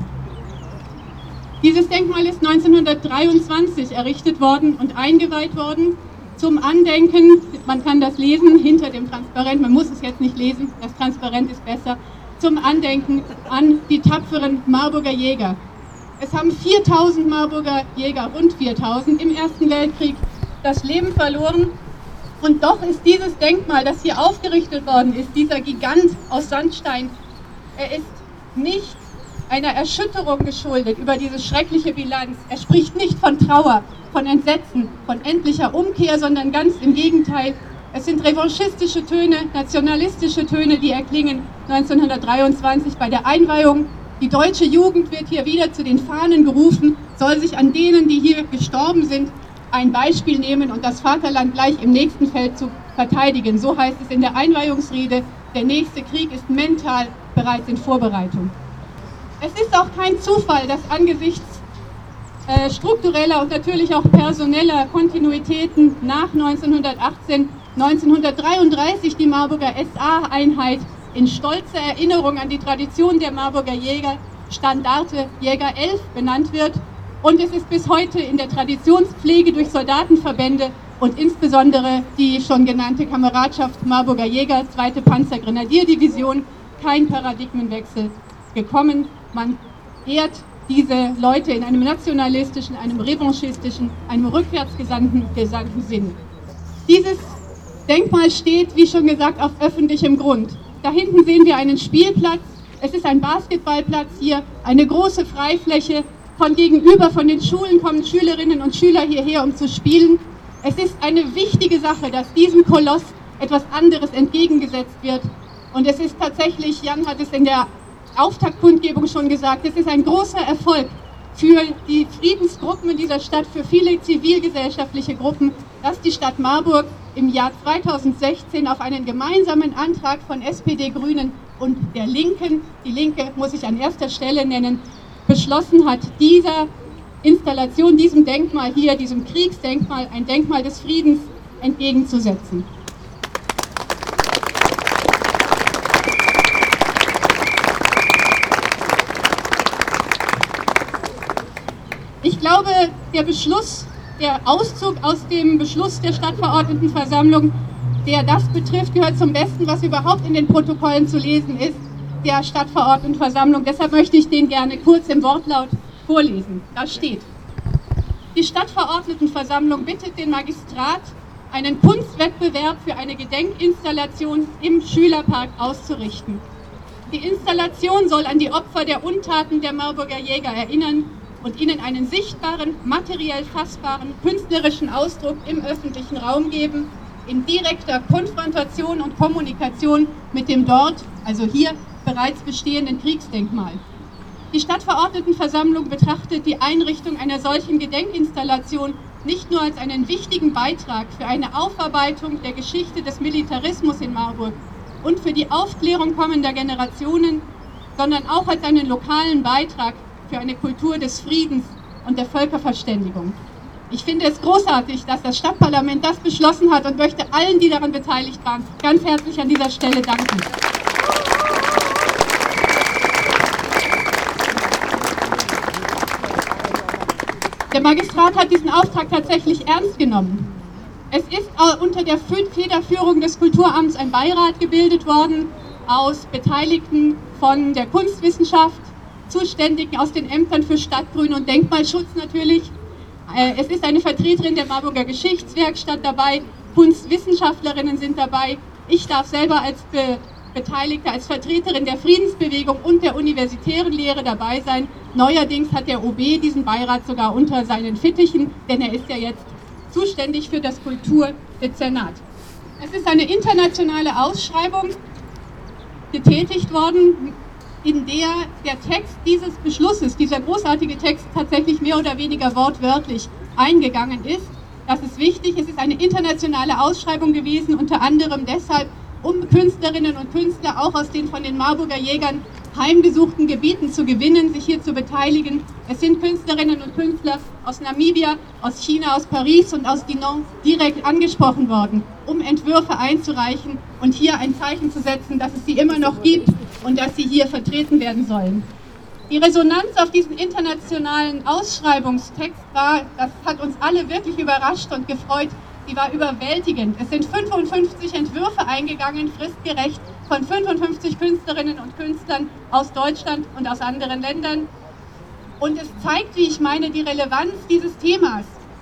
Dieses Denkmal ist 1923 errichtet worden und eingeweiht worden zum Andenken, man kann das lesen hinter dem Transparent, man muss es jetzt nicht lesen, das Transparent ist besser, zum Andenken an die tapferen Marburger Jäger. Es haben 4000 Marburger Jäger, rund 4000, im Ersten Weltkrieg das Leben verloren. Und doch ist dieses Denkmal, das hier aufgerichtet worden ist, dieser Gigant aus Sandstein, er ist nicht einer Erschütterung geschuldet über diese schreckliche Bilanz. Er spricht nicht von Trauer, von Entsetzen, von endlicher Umkehr, sondern ganz im Gegenteil. Es sind revanchistische Töne, nationalistische Töne, die erklingen 1923 bei der Einweihung. Die deutsche Jugend wird hier wieder zu den Fahnen gerufen, soll sich an denen, die hier gestorben sind, ein Beispiel nehmen und das Vaterland gleich im nächsten Feldzug verteidigen. So heißt es in der Einweihungsrede. Der nächste Krieg ist mental bereits in Vorbereitung. Es ist auch kein Zufall, dass angesichts struktureller und natürlich auch personeller Kontinuitäten nach 1933 die Marburger SA-Einheit in stolzer Erinnerung an die Tradition der Marburger Jäger Standarte Jäger 11 benannt wird. Und es ist bis heute in der Traditionspflege durch Soldatenverbände und insbesondere die schon genannte Kameradschaft Marburger Jäger, 2. Panzergrenadierdivision, kein Paradigmenwechsel gekommen. Man ehrt diese Leute in einem nationalistischen, einem revanchistischen, einem rückwärtsgesandten Sinn. Dieses Denkmal steht, wie schon gesagt, auf öffentlichem Grund. Da hinten sehen wir einen Spielplatz. Es ist ein Basketballplatz hier, eine große Freifläche. Von gegenüber, von den Schulen kommen Schülerinnen und Schüler hierher, um zu spielen. Es ist eine wichtige Sache, dass diesem Koloss etwas anderes entgegengesetzt wird. Und es ist tatsächlich, Jan hat es in der Auftaktkundgebung schon gesagt, es ist ein großer Erfolg für die Friedensgruppen in dieser Stadt, für viele zivilgesellschaftliche Gruppen, dass die Stadt Marburg im Jahr 2016 auf einen gemeinsamen Antrag von SPD, Grünen und der Linken, die Linke muss ich an erster Stelle nennen, beschlossen hat, dieser Installation, diesem Denkmal hier, diesem Kriegsdenkmal, ein Denkmal des Friedens entgegenzusetzen. Ich glaube, der Auszug aus dem Beschluss der Stadtverordnetenversammlung, der das betrifft, gehört zum Besten, was überhaupt in den Protokollen zu lesen ist, der Stadtverordnetenversammlung. Deshalb möchte ich den gerne kurz im Wortlaut vorlesen. Da steht: Die Stadtverordnetenversammlung bittet den Magistrat, einen Kunstwettbewerb für eine Gedenkinstallation im Schülerpark auszurichten. Die Installation soll an die Opfer der Untaten der Marburger Jäger erinnern und ihnen einen sichtbaren, materiell fassbaren, künstlerischen Ausdruck im öffentlichen Raum geben, in direkter Konfrontation und Kommunikation mit dem dort, also hier, bereits bestehenden Kriegsdenkmal. Die Stadtverordnetenversammlung betrachtet die Einrichtung einer solchen Gedenkinstallation nicht nur als einen wichtigen Beitrag für eine Aufarbeitung der Geschichte des Militarismus in Marburg und für die Aufklärung kommender Generationen, sondern auch als einen lokalen Beitrag für eine Kultur des Friedens und der Völkerverständigung. Ich finde es großartig, dass das Stadtparlament das beschlossen hat und möchte allen, die daran beteiligt waren, ganz herzlich an dieser Stelle danken. Der Magistrat hat diesen Auftrag tatsächlich ernst genommen. Es ist unter der Federführung des Kulturamts ein Beirat gebildet worden, aus Beteiligten von der Kunstwissenschaft, Zuständigen aus den Ämtern für Stadtgrün und Denkmalschutz natürlich. Es ist eine Vertreterin der Marburger Geschichtswerkstatt dabei, Kunstwissenschaftlerinnen sind dabei. Ich darf selber als Beteiligte, als Vertreterin der Friedensbewegung und der universitären Lehre dabei sein. Neuerdings hat der OB diesen Beirat sogar unter seinen Fittichen, denn er ist ja jetzt zuständig für das Kulturdezernat. Es ist eine internationale Ausschreibung getätigt worden, in der der Text dieses Beschlusses, dieser großartige Text, tatsächlich mehr oder weniger wortwörtlich eingegangen ist. Das ist wichtig. Es ist eine internationale Ausschreibung gewesen, unter anderem deshalb, um Künstlerinnen und Künstler auch aus den von den Marburger Jägern heimgesuchten Gebieten zu gewinnen, sich hier zu beteiligen. Es sind Künstlerinnen und Künstler aus Namibia, aus China, aus Paris und aus Dinan direkt angesprochen worden, um Entwürfe einzureichen und hier ein Zeichen zu setzen, dass es sie immer noch gibt und dass sie hier vertreten werden sollen. Die Resonanz auf diesen internationalen Ausschreibungstext das hat uns alle wirklich überrascht und gefreut, die war überwältigend. Es sind 55 Entwürfe eingegangen, fristgerecht, von 55 Künstlerinnen und Künstlern aus Deutschland und aus anderen Ländern. Und es zeigt, wie ich meine, die Relevanz dieses Themas.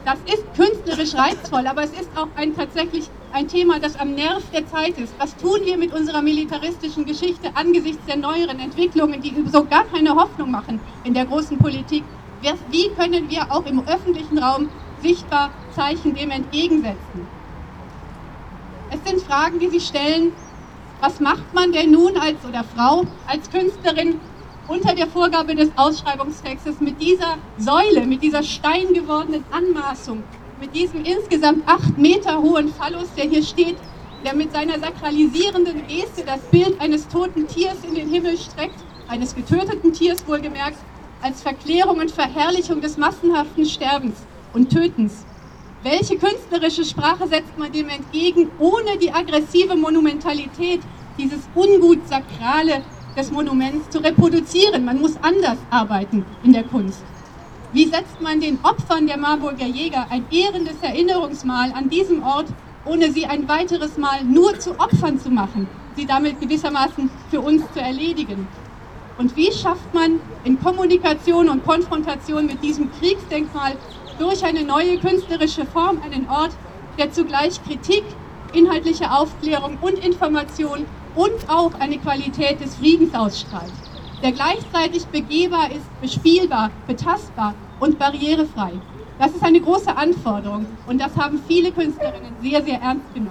Das ist künstlerisch reizvoll, aber es ist auch tatsächlich ein Thema, das am Nerv der Zeit ist. Was tun wir mit unserer militaristischen Geschichte angesichts der neueren Entwicklungen, die so gar keine Hoffnung machen in der großen Politik? Wie können wir auch im öffentlichen Raum sichtbar Zeichen dem entgegensetzen? Es sind Fragen, die sich stellen, was macht man denn nun als Künstlerin unter der Vorgabe des Ausschreibungstextes mit dieser Säule, mit dieser steingewordenen Anmaßung, mit diesem insgesamt 8 Meter hohen Phallus, der hier steht, der mit seiner sakralisierenden Geste das Bild eines toten Tiers in den Himmel streckt, eines getöteten Tiers wohlgemerkt, als Verklärung und Verherrlichung des massenhaften Sterbens und Tötens. Welche künstlerische Sprache setzt man dem entgegen, ohne die aggressive Monumentalität, dieses Ungut Sakrale des Monuments zu reproduzieren? Man muss anders arbeiten in der Kunst. Wie setzt man den Opfern der Marburger Jäger ein ehrendes Erinnerungsmal an diesem Ort, ohne sie ein weiteres Mal nur zu Opfern zu machen, sie damit gewissermaßen für uns zu erledigen? Und wie schafft man in Kommunikation und Konfrontation mit diesem Kriegsdenkmal durch eine neue künstlerische Form einen Ort, der zugleich Kritik, inhaltliche Aufklärung und Information und auch eine Qualität des Friedens ausstrahlt, der gleichzeitig begehbar ist, bespielbar, betastbar und barrierefrei. Das ist eine große Anforderung und das haben viele Künstlerinnen sehr, sehr ernst genommen.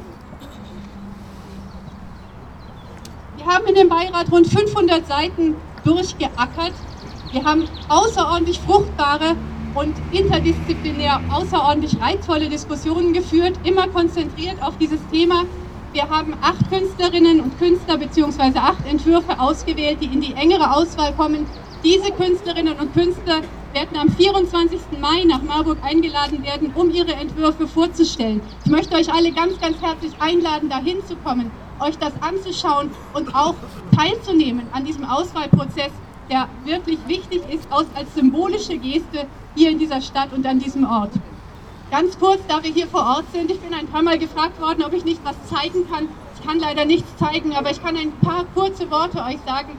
Wir haben in dem Beirat rund 500 Seiten durchgeackert. Wir haben außerordentlich fruchtbare und interdisziplinär außerordentlich reizvolle Diskussionen geführt, immer konzentriert auf dieses Thema. Wir haben 8 Künstlerinnen und Künstler bzw. 8 Entwürfe ausgewählt, die in die engere Auswahl kommen. Diese Künstlerinnen und Künstler werden am 24. Mai nach Marburg eingeladen werden, um ihre Entwürfe vorzustellen. Ich möchte euch alle ganz, ganz herzlich einladen, dahin zu kommen, euch das anzuschauen und auch teilzunehmen an diesem Auswahlprozess, der wirklich wichtig ist als symbolische Geste hier in dieser Stadt und an diesem Ort. Ganz kurz, da wir hier vor Ort sind, ich bin ein paar Mal gefragt worden, ob ich nicht was zeigen kann. Ich kann leider nichts zeigen, aber ich kann ein paar kurze Worte euch sagen,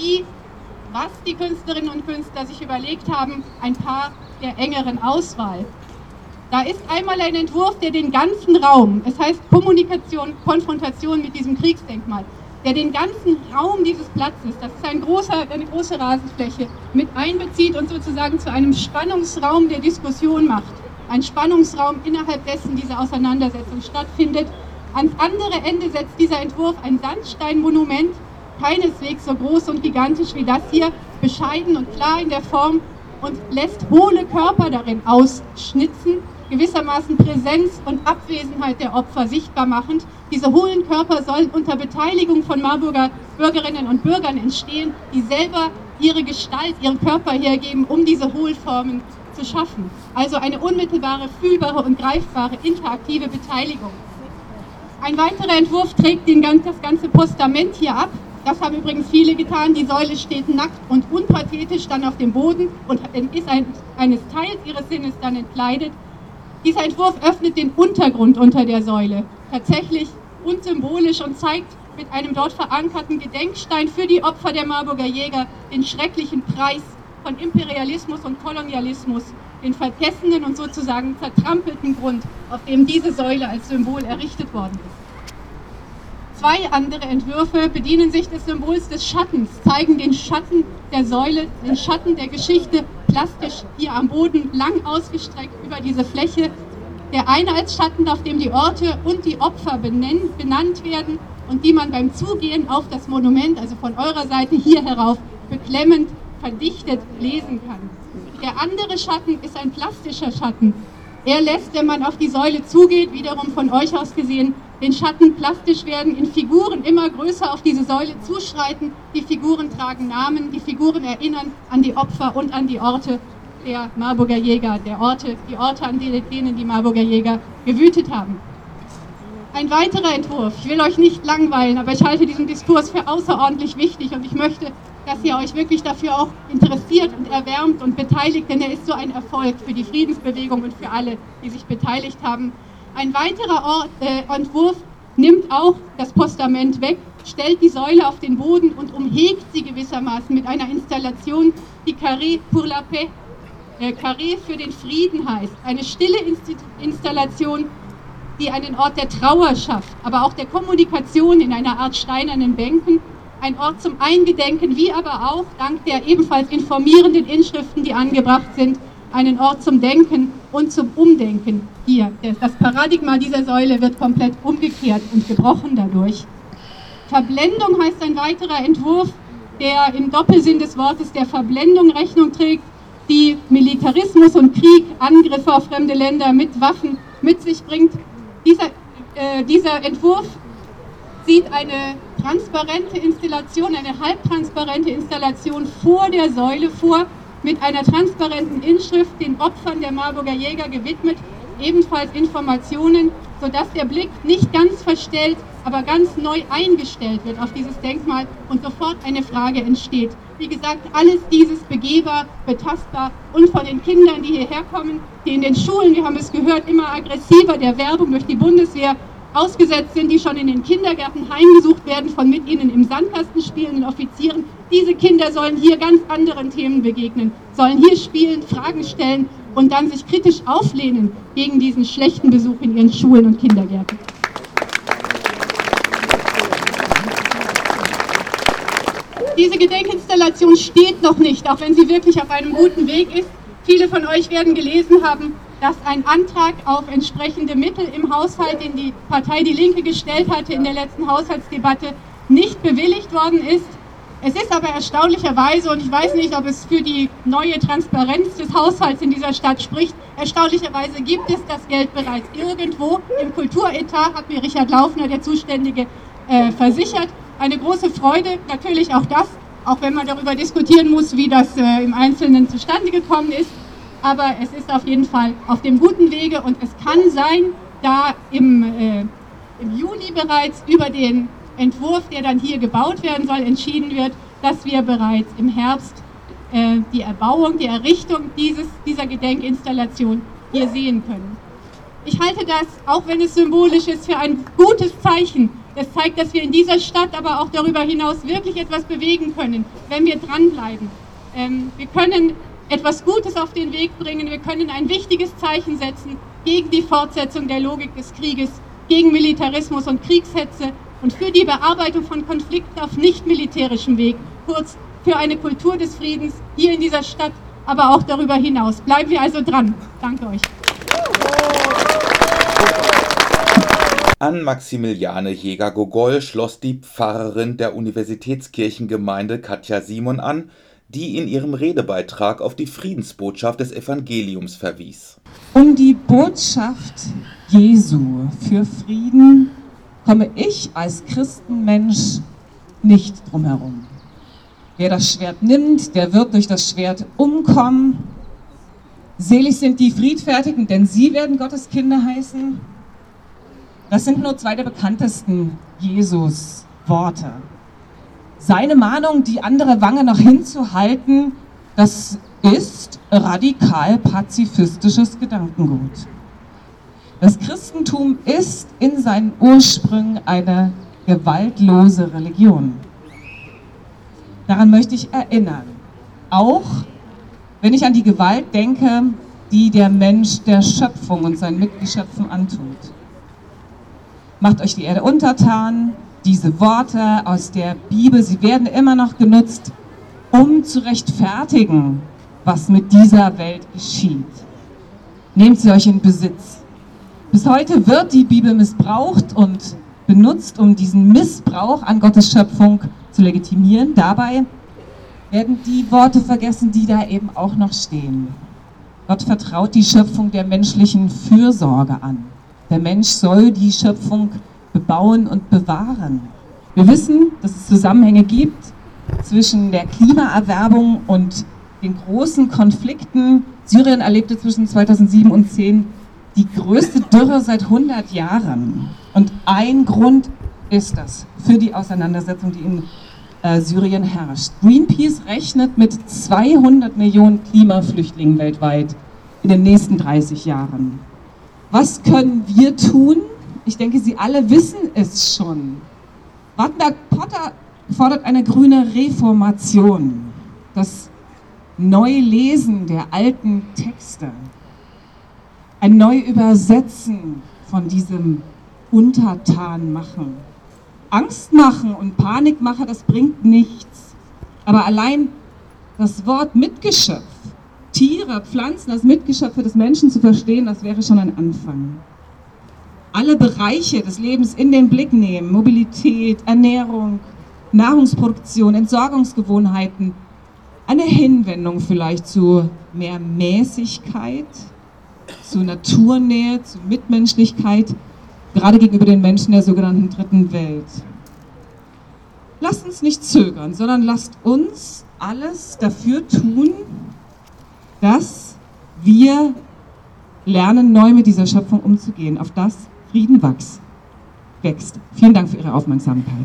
was die Künstlerinnen und Künstler sich überlegt haben, ein paar der engeren Auswahl. Da ist einmal ein Entwurf, der den ganzen Raum, es heißt Kommunikation, Konfrontation mit diesem Kriegsdenkmal, der den ganzen Raum dieses Platzes, das ist eine große Rasenfläche, mit einbezieht und sozusagen zu einem Spannungsraum der Diskussion macht. Ein Spannungsraum, innerhalb dessen diese Auseinandersetzung stattfindet. Ans andere Ende setzt dieser Entwurf ein Sandsteinmonument, keineswegs so groß und gigantisch wie das hier, bescheiden und klar in der Form und lässt hohle Körper darin ausschnitzen, gewissermaßen Präsenz und Abwesenheit der Opfer sichtbar machend. Diese hohlen Körper sollen unter Beteiligung von Marburger Bürgerinnen und Bürgern entstehen, die selber ihre Gestalt, ihren Körper hergeben, um diese Hohlformen zu schaffen. Also eine unmittelbare, fühlbare und greifbare interaktive Beteiligung. Ein weiterer Entwurf trägt das ganze Postament hier ab. Das haben übrigens viele getan. Die Säule steht nackt und unpathetisch dann auf dem Boden und ist eines Teils ihres Sinnes dann entkleidet. Dieser Entwurf öffnet den Untergrund unter der Säule, tatsächlich und symbolisch, und zeigt mit einem dort verankerten Gedenkstein für die Opfer der Marburger Jäger den schrecklichen Preis von Imperialismus und Kolonialismus, den vergessenen und sozusagen zertrampelten Grund, auf dem diese Säule als Symbol errichtet worden ist. 2 andere Entwürfe bedienen sich des Symbols des Schattens, zeigen den Schatten der Säule, den Schatten der Geschichte, plastisch hier am Boden, lang ausgestreckt über diese Fläche. Der eine als Schatten, auf dem die Orte und die Opfer benannt werden und die man beim Zugehen auf das Monument, also von eurer Seite hier herauf, beklemmend verdichtet lesen kann. Der andere Schatten ist ein plastischer Schatten. Er lässt, wenn man auf die Säule zugeht, wiederum von euch aus gesehen, den Schatten plastisch werden, in Figuren immer größer auf diese Säule zuschreiten. Die Figuren tragen Namen, die Figuren erinnern an die Opfer und an die Orte der Marburger Jäger, die Orte, an denen die Marburger Jäger gewütet haben. Ein weiterer Entwurf, ich will euch nicht langweilen, aber ich halte diesen Diskurs für außerordentlich wichtig und ich möchte, dass ihr euch wirklich dafür auch interessiert und erwärmt und beteiligt, denn er ist so ein Erfolg für die Friedensbewegung und für alle, die sich beteiligt haben. Ein weiterer Entwurf nimmt auch das Postament weg, stellt die Säule auf den Boden und umhegt sie gewissermaßen mit einer Installation, die Carré pour la Paix Carré für den Frieden heißt. Eine stille Installation, die einen Ort der Trauer schafft, aber auch der Kommunikation in einer Art steinernen Bänken. Ein Ort zum Eingedenken, wie aber auch, dank der ebenfalls informierenden Inschriften, die angebracht sind, einen Ort zum Denken und zum Umdenken. Hier, das Paradigma dieser Säule wird komplett umgekehrt und gebrochen dadurch. Verblendung heißt ein weiterer Entwurf, der im Doppelsinn des Wortes der Verblendung Rechnung trägt, die Militarismus und Krieg, Angriffe auf fremde Länder mit Waffen mit sich bringt. Dieser Entwurf sieht eine transparente Installation, eine halbtransparente Installation vor der Säule vor, mit einer transparenten Inschrift den Opfern der Marburger Jäger gewidmet, ebenfalls Informationen, sodass der Blick nicht ganz verstellt, aber ganz neu eingestellt wird auf dieses Denkmal und sofort eine Frage entsteht. Wie gesagt, alles dieses begehbar, betastbar und von den Kindern, die hierher kommen, die in den Schulen, wir haben es gehört, immer aggressiver der Werbung durch die Bundeswehr ausgesetzt sind, die schon in den Kindergärten heimgesucht werden von mit ihnen im Sandkasten spielenden Offizieren. Diese Kinder sollen hier ganz anderen Themen begegnen, sollen hier spielen, Fragen stellen und dann sich kritisch auflehnen gegen diesen schlechten Besuch in ihren Schulen und Kindergärten. Diese Gedenkinstallation steht noch nicht, auch wenn sie wirklich auf einem guten Weg ist. Viele von euch werden gelesen haben, dass ein Antrag auf entsprechende Mittel im Haushalt, den die Partei Die Linke gestellt hatte in der letzten Haushaltsdebatte, nicht bewilligt worden ist. Es ist aber erstaunlicherweise, und ich weiß nicht, ob es für die neue Transparenz des Haushalts in dieser Stadt spricht, erstaunlicherweise gibt es das Geld bereits irgendwo im Kulturetat, hat mir Richard Laufner, der Zuständige, versichert. Eine große Freude, natürlich auch das, auch wenn man darüber diskutieren muss, wie das im Einzelnen zustande gekommen ist. Aber es ist auf jeden Fall auf dem guten Wege und es kann sein, da im Juli bereits über den Entwurf, der dann hier gebaut werden soll, entschieden wird, dass wir bereits im Herbst die Erbauung, die Errichtung dieser Gedenkinstallation hier sehen können. Ich halte das, auch wenn es symbolisch ist, für ein gutes Zeichen. Das zeigt, dass wir in dieser Stadt, aber auch darüber hinaus wirklich etwas bewegen können, wenn wir dranbleiben. Wir können etwas Gutes auf den Weg bringen, wir können ein wichtiges Zeichen setzen gegen die Fortsetzung der Logik des Krieges, gegen Militarismus und Kriegshetze und für die Bearbeitung von Konflikten auf nicht militärischem Weg, kurz für eine Kultur des Friedens hier in dieser Stadt, aber auch darüber hinaus. Bleiben wir also dran. Danke euch. An Maximiliane Jäger-Gogol schloss die Pfarrerin der Universitätskirchengemeinde Katja Simon an, die in ihrem Redebeitrag auf die Friedensbotschaft des Evangeliums verwies. Um die Botschaft Jesu für Frieden komme ich als Christenmensch nicht drum herum. Wer das Schwert nimmt, der wird durch das Schwert umkommen. Selig sind die Friedfertigen, denn sie werden Gottes Kinder heißen. Das sind nur zwei der bekanntesten Jesus-Worte. Seine Mahnung, die andere Wange noch hinzuhalten, das ist radikal pazifistisches Gedankengut. Das Christentum ist in seinen Ursprüngen eine gewaltlose Religion. Daran möchte ich erinnern. Auch wenn ich an die Gewalt denke, die der Mensch der Schöpfung und seinen Mitgeschöpfen antut. Macht euch die Erde untertan. Diese Worte aus der Bibel, sie werden immer noch genutzt, um zu rechtfertigen, was mit dieser Welt geschieht. Nehmt sie euch in Besitz. Bis heute wird die Bibel missbraucht und benutzt, um diesen Missbrauch an Gottes Schöpfung zu legitimieren. Dabei werden die Worte vergessen, die da eben auch noch stehen. Gott vertraut die Schöpfung der menschlichen Fürsorge an. Der Mensch soll die Schöpfung bebauen und bewahren. Wir wissen, dass es Zusammenhänge gibt zwischen der Klimaerwärmung und den großen Konflikten. Syrien erlebte zwischen 2007 und 2010 die größte Dürre seit 100 Jahren. Und ein Grund ist das für die Auseinandersetzung, die in Syrien herrscht. Greenpeace rechnet mit 200 Millionen Klimaflüchtlingen weltweit in den nächsten 30 Jahren. Was können wir tun? Ich denke, Sie alle wissen es schon. Wartenberg Potter fordert eine grüne Reformation. Das Neulesen der alten Texte, ein Neuübersetzen von diesem Untertanmachen. Angst machen und Panik machen, das bringt nichts. Aber allein das Wort Mitgeschöpf, Tiere, Pflanzen als Mitgeschöpfe des Menschen zu verstehen, das wäre schon ein Anfang. Alle Bereiche des Lebens in den Blick nehmen, Mobilität, Ernährung, Nahrungsproduktion, Entsorgungsgewohnheiten, eine Hinwendung vielleicht zu mehr Mäßigkeit, zu Naturnähe, zu Mitmenschlichkeit, gerade gegenüber den Menschen der sogenannten Dritten Welt. Lasst uns nicht zögern, sondern lasst uns alles dafür tun, dass wir lernen, neu mit dieser Schöpfung umzugehen, auf das Frieden wächst. Vielen Dank für Ihre Aufmerksamkeit.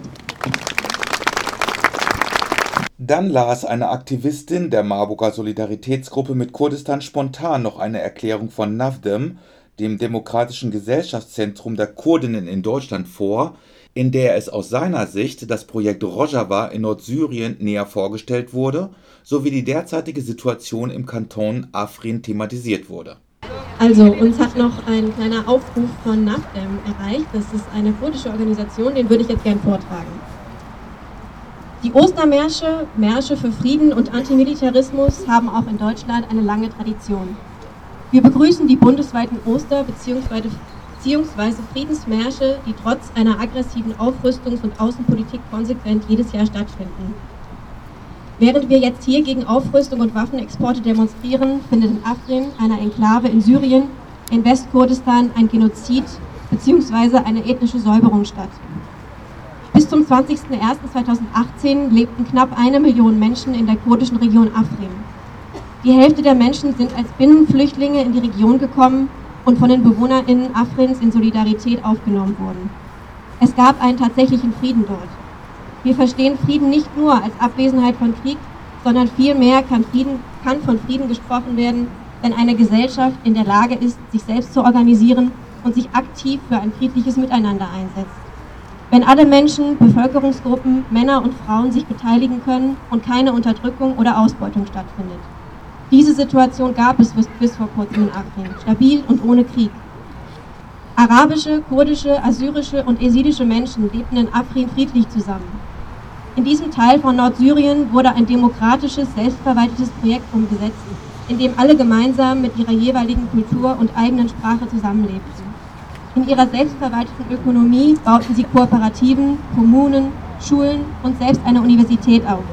Dann las eine Aktivistin der Marburger Solidaritätsgruppe mit Kurdistan spontan noch eine Erklärung von NAFDEM, dem Demokratischen Gesellschaftszentrum der Kurdinnen in Deutschland, vor, in der es aus seiner Sicht das Projekt Rojava in Nordsyrien näher vorgestellt wurde, sowie die derzeitige Situation im Kanton Afrin thematisiert wurde. Also, uns hat noch ein kleiner Aufruf von NAFDEM erreicht. Das ist eine kurdische Organisation, den würde ich jetzt gern vortragen. Die Ostermärsche, Märsche für Frieden und Antimilitarismus haben auch in Deutschland eine lange Tradition. Wir begrüßen die bundesweiten Oster- bzw. Friedensmärsche, die trotz einer aggressiven Aufrüstungs- und Außenpolitik konsequent jedes Jahr stattfinden. Während wir jetzt hier gegen Aufrüstung und Waffenexporte demonstrieren, findet in Afrin, einer Enklave in Syrien, in Westkurdistan ein Genozid bzw. eine ethnische Säuberung statt. Bis zum 20.01.2018 lebten knapp 1 Million Menschen in der kurdischen Region Afrin. Die Hälfte der Menschen sind als Binnenflüchtlinge in die Region gekommen und von den BewohnerInnen Afrins in Solidarität aufgenommen wurden. Es gab einen tatsächlichen Frieden dort. Wir verstehen Frieden nicht nur als Abwesenheit von Krieg, sondern vielmehr kann von Frieden gesprochen werden, wenn eine Gesellschaft in der Lage ist, sich selbst zu organisieren und sich aktiv für ein friedliches Miteinander einsetzt. Wenn alle Menschen, Bevölkerungsgruppen, Männer und Frauen sich beteiligen können und keine Unterdrückung oder Ausbeutung stattfindet. Diese Situation gab es bis vor kurzem in Afrin, stabil und ohne Krieg. Arabische, kurdische, assyrische und esidische Menschen lebten in Afrin friedlich zusammen. In diesem Teil von Nordsyrien wurde ein demokratisches, selbstverwaltetes Projekt umgesetzt, in dem alle gemeinsam mit ihrer jeweiligen Kultur und eigenen Sprache zusammenlebten. In ihrer selbstverwalteten Ökonomie bauten sie Kooperativen, Kommunen, Schulen und selbst eine Universität auf.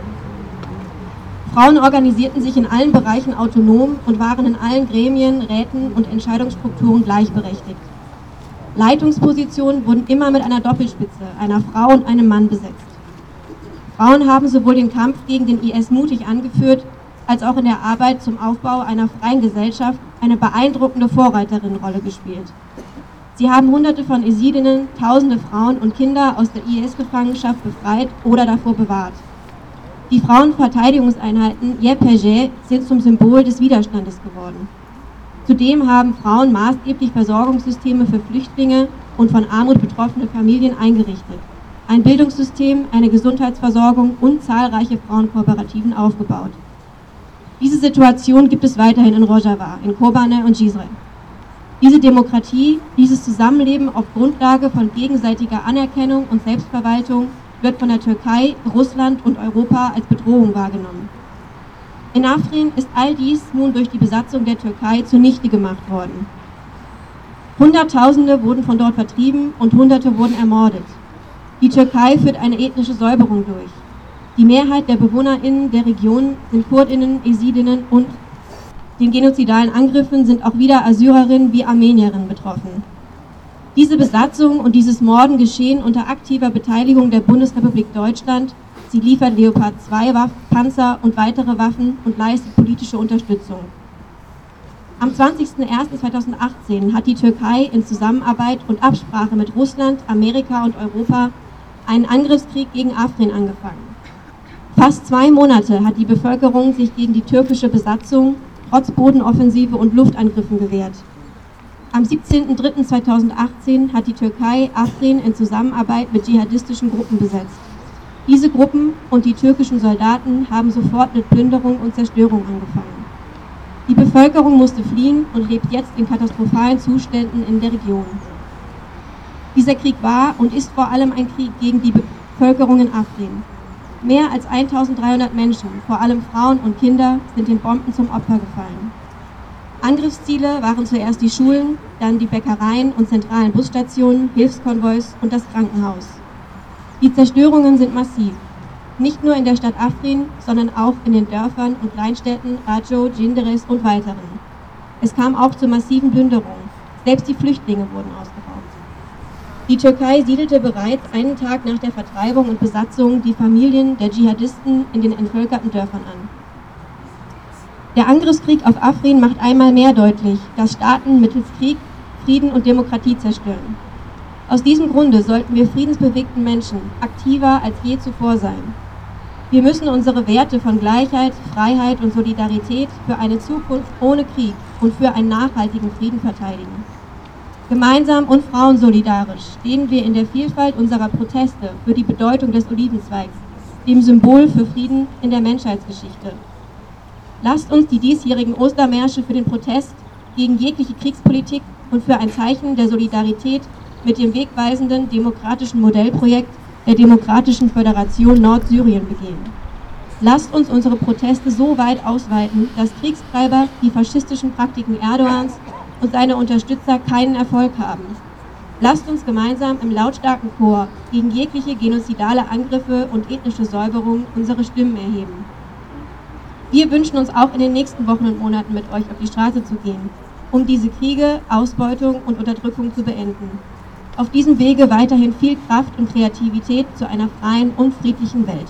Frauen organisierten sich in allen Bereichen autonom und waren in allen Gremien, Räten und Entscheidungsstrukturen gleichberechtigt. Leitungspositionen wurden immer mit einer Doppelspitze, einer Frau und einem Mann besetzt. Frauen haben sowohl den Kampf gegen den IS mutig angeführt, als auch in der Arbeit zum Aufbau einer freien Gesellschaft eine beeindruckende Vorreiterinnenrolle gespielt. Sie haben Hunderte von Jesidinnen, Tausende Frauen und Kinder aus der IS-Gefangenschaft befreit oder davor bewahrt. Die Frauenverteidigungseinheiten YPG sind zum Symbol des Widerstandes geworden. Zudem haben Frauen maßgeblich Versorgungssysteme für Flüchtlinge und von Armut betroffene Familien eingerichtet, ein Bildungssystem, eine Gesundheitsversorgung und zahlreiche Frauenkooperativen aufgebaut. Diese Situation gibt es weiterhin in Rojava, in Kobane und Cizre. Diese Demokratie, dieses Zusammenleben auf Grundlage von gegenseitiger Anerkennung und Selbstverwaltung wird von der Türkei, Russland und Europa als Bedrohung wahrgenommen. In Afrin ist all dies nun durch die Besatzung der Türkei zunichte gemacht worden. Hunderttausende wurden von dort vertrieben und Hunderte wurden ermordet. Die Türkei führt eine ethnische Säuberung durch. Die Mehrheit der BewohnerInnen der Region sind KurdInnen, Jesidinnen und den genozidalen Angriffen sind auch wieder Assyrerinnen wie Armenierinnen betroffen. Diese Besatzung und dieses Morden geschehen unter aktiver Beteiligung der Bundesrepublik Deutschland. Sie liefert Leopard 2 Panzer und weitere Waffen und leistet politische Unterstützung. Am 20.01.2018 hat die Türkei in Zusammenarbeit und Absprache mit Russland, Amerika und Europa einen Angriffskrieg gegen Afrin angefangen. Fast 2 Monate hat die Bevölkerung sich gegen die türkische Besatzung trotz Bodenoffensive und Luftangriffen gewehrt. Am 17.03.2018 hat die Türkei Afrin in Zusammenarbeit mit dschihadistischen Gruppen besetzt. Diese Gruppen und die türkischen Soldaten haben sofort mit Plünderung und Zerstörung angefangen. Die Bevölkerung musste fliehen und lebt jetzt in katastrophalen Zuständen in der Region. Dieser Krieg war und ist vor allem ein Krieg gegen die Bevölkerung in Afrin. Mehr als 1300 Menschen, vor allem Frauen und Kinder, sind den Bomben zum Opfer gefallen. Angriffsziele waren zuerst die Schulen, dann die Bäckereien und zentralen Busstationen, Hilfskonvois und das Krankenhaus. Die Zerstörungen sind massiv. Nicht nur in der Stadt Afrin, sondern auch in den Dörfern und Kleinstädten Rajo, Cinderes und weiteren. Es kam auch zu massiven Plünderungen. Selbst die Flüchtlinge wurden ausgeraubt. Die Türkei siedelte bereits einen Tag nach der Vertreibung und Besatzung die Familien der Dschihadisten in den entvölkerten Dörfern an. Der Angriffskrieg auf Afrin macht einmal mehr deutlich, dass Staaten mittels Krieg Frieden und Demokratie zerstören. Aus diesem Grunde sollten wir friedensbewegten Menschen aktiver als je zuvor sein. Wir müssen unsere Werte von Gleichheit, Freiheit und Solidarität für eine Zukunft ohne Krieg und für einen nachhaltigen Frieden verteidigen. Gemeinsam und frauensolidarisch stehen wir in der Vielfalt unserer Proteste für die Bedeutung des Olivenzweigs, dem Symbol für Frieden in der Menschheitsgeschichte. Lasst uns die diesjährigen Ostermärsche für den Protest gegen jegliche Kriegspolitik und für ein Zeichen der Solidarität mit dem wegweisenden demokratischen Modellprojekt der Demokratischen Föderation Nordsyrien begehen. Lasst uns unsere Proteste so weit ausweiten, dass Kriegstreiber die faschistischen Praktiken Erdogans und seine Unterstützer keinen Erfolg haben. Lasst uns gemeinsam im lautstarken Chor gegen jegliche genozidale Angriffe und ethnische Säuberung unsere Stimmen erheben. Wir wünschen uns auch in den nächsten Wochen und Monaten mit euch auf die Straße zu gehen, um diese Kriege, Ausbeutung und Unterdrückung zu beenden. Auf diesem Wege weiterhin viel Kraft und Kreativität zu einer freien und friedlichen Welt.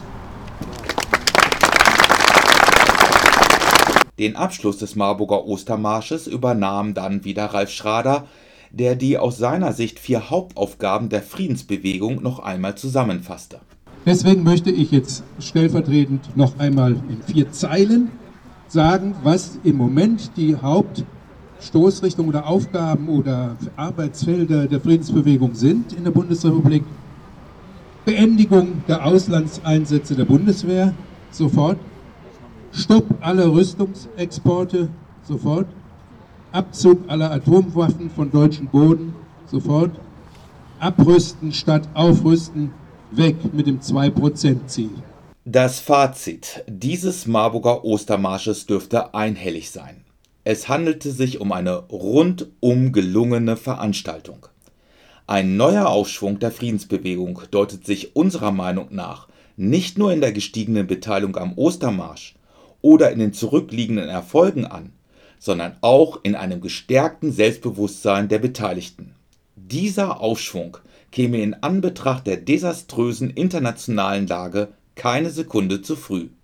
Den Abschluss des Marburger Ostermarsches übernahm dann wieder Ralf Schrader, der die aus seiner Sicht 4 Hauptaufgaben der Friedensbewegung noch einmal zusammenfasste. Deswegen möchte ich jetzt stellvertretend noch einmal in 4 Zeilen sagen, was im Moment die Hauptstoßrichtung oder Aufgaben oder Arbeitsfelder der Friedensbewegung sind in der Bundesrepublik. Beendigung der Auslandseinsätze der Bundeswehr, sofort. Stopp aller Rüstungsexporte, sofort. Abzug aller Atomwaffen von deutschem Boden, sofort. Abrüsten statt aufrüsten, weg mit dem 2%-Ziel. Das Fazit dieses Marburger Ostermarsches dürfte einhellig sein. Es handelte sich um eine rundum gelungene Veranstaltung. Ein neuer Aufschwung der Friedensbewegung deutet sich unserer Meinung nach nicht nur in der gestiegenen Beteiligung am Ostermarsch oder in den zurückliegenden Erfolgen an, sondern auch in einem gestärkten Selbstbewusstsein der Beteiligten. Dieser Aufschwung käme in Anbetracht der desaströsen internationalen Lage keine Sekunde zu früh.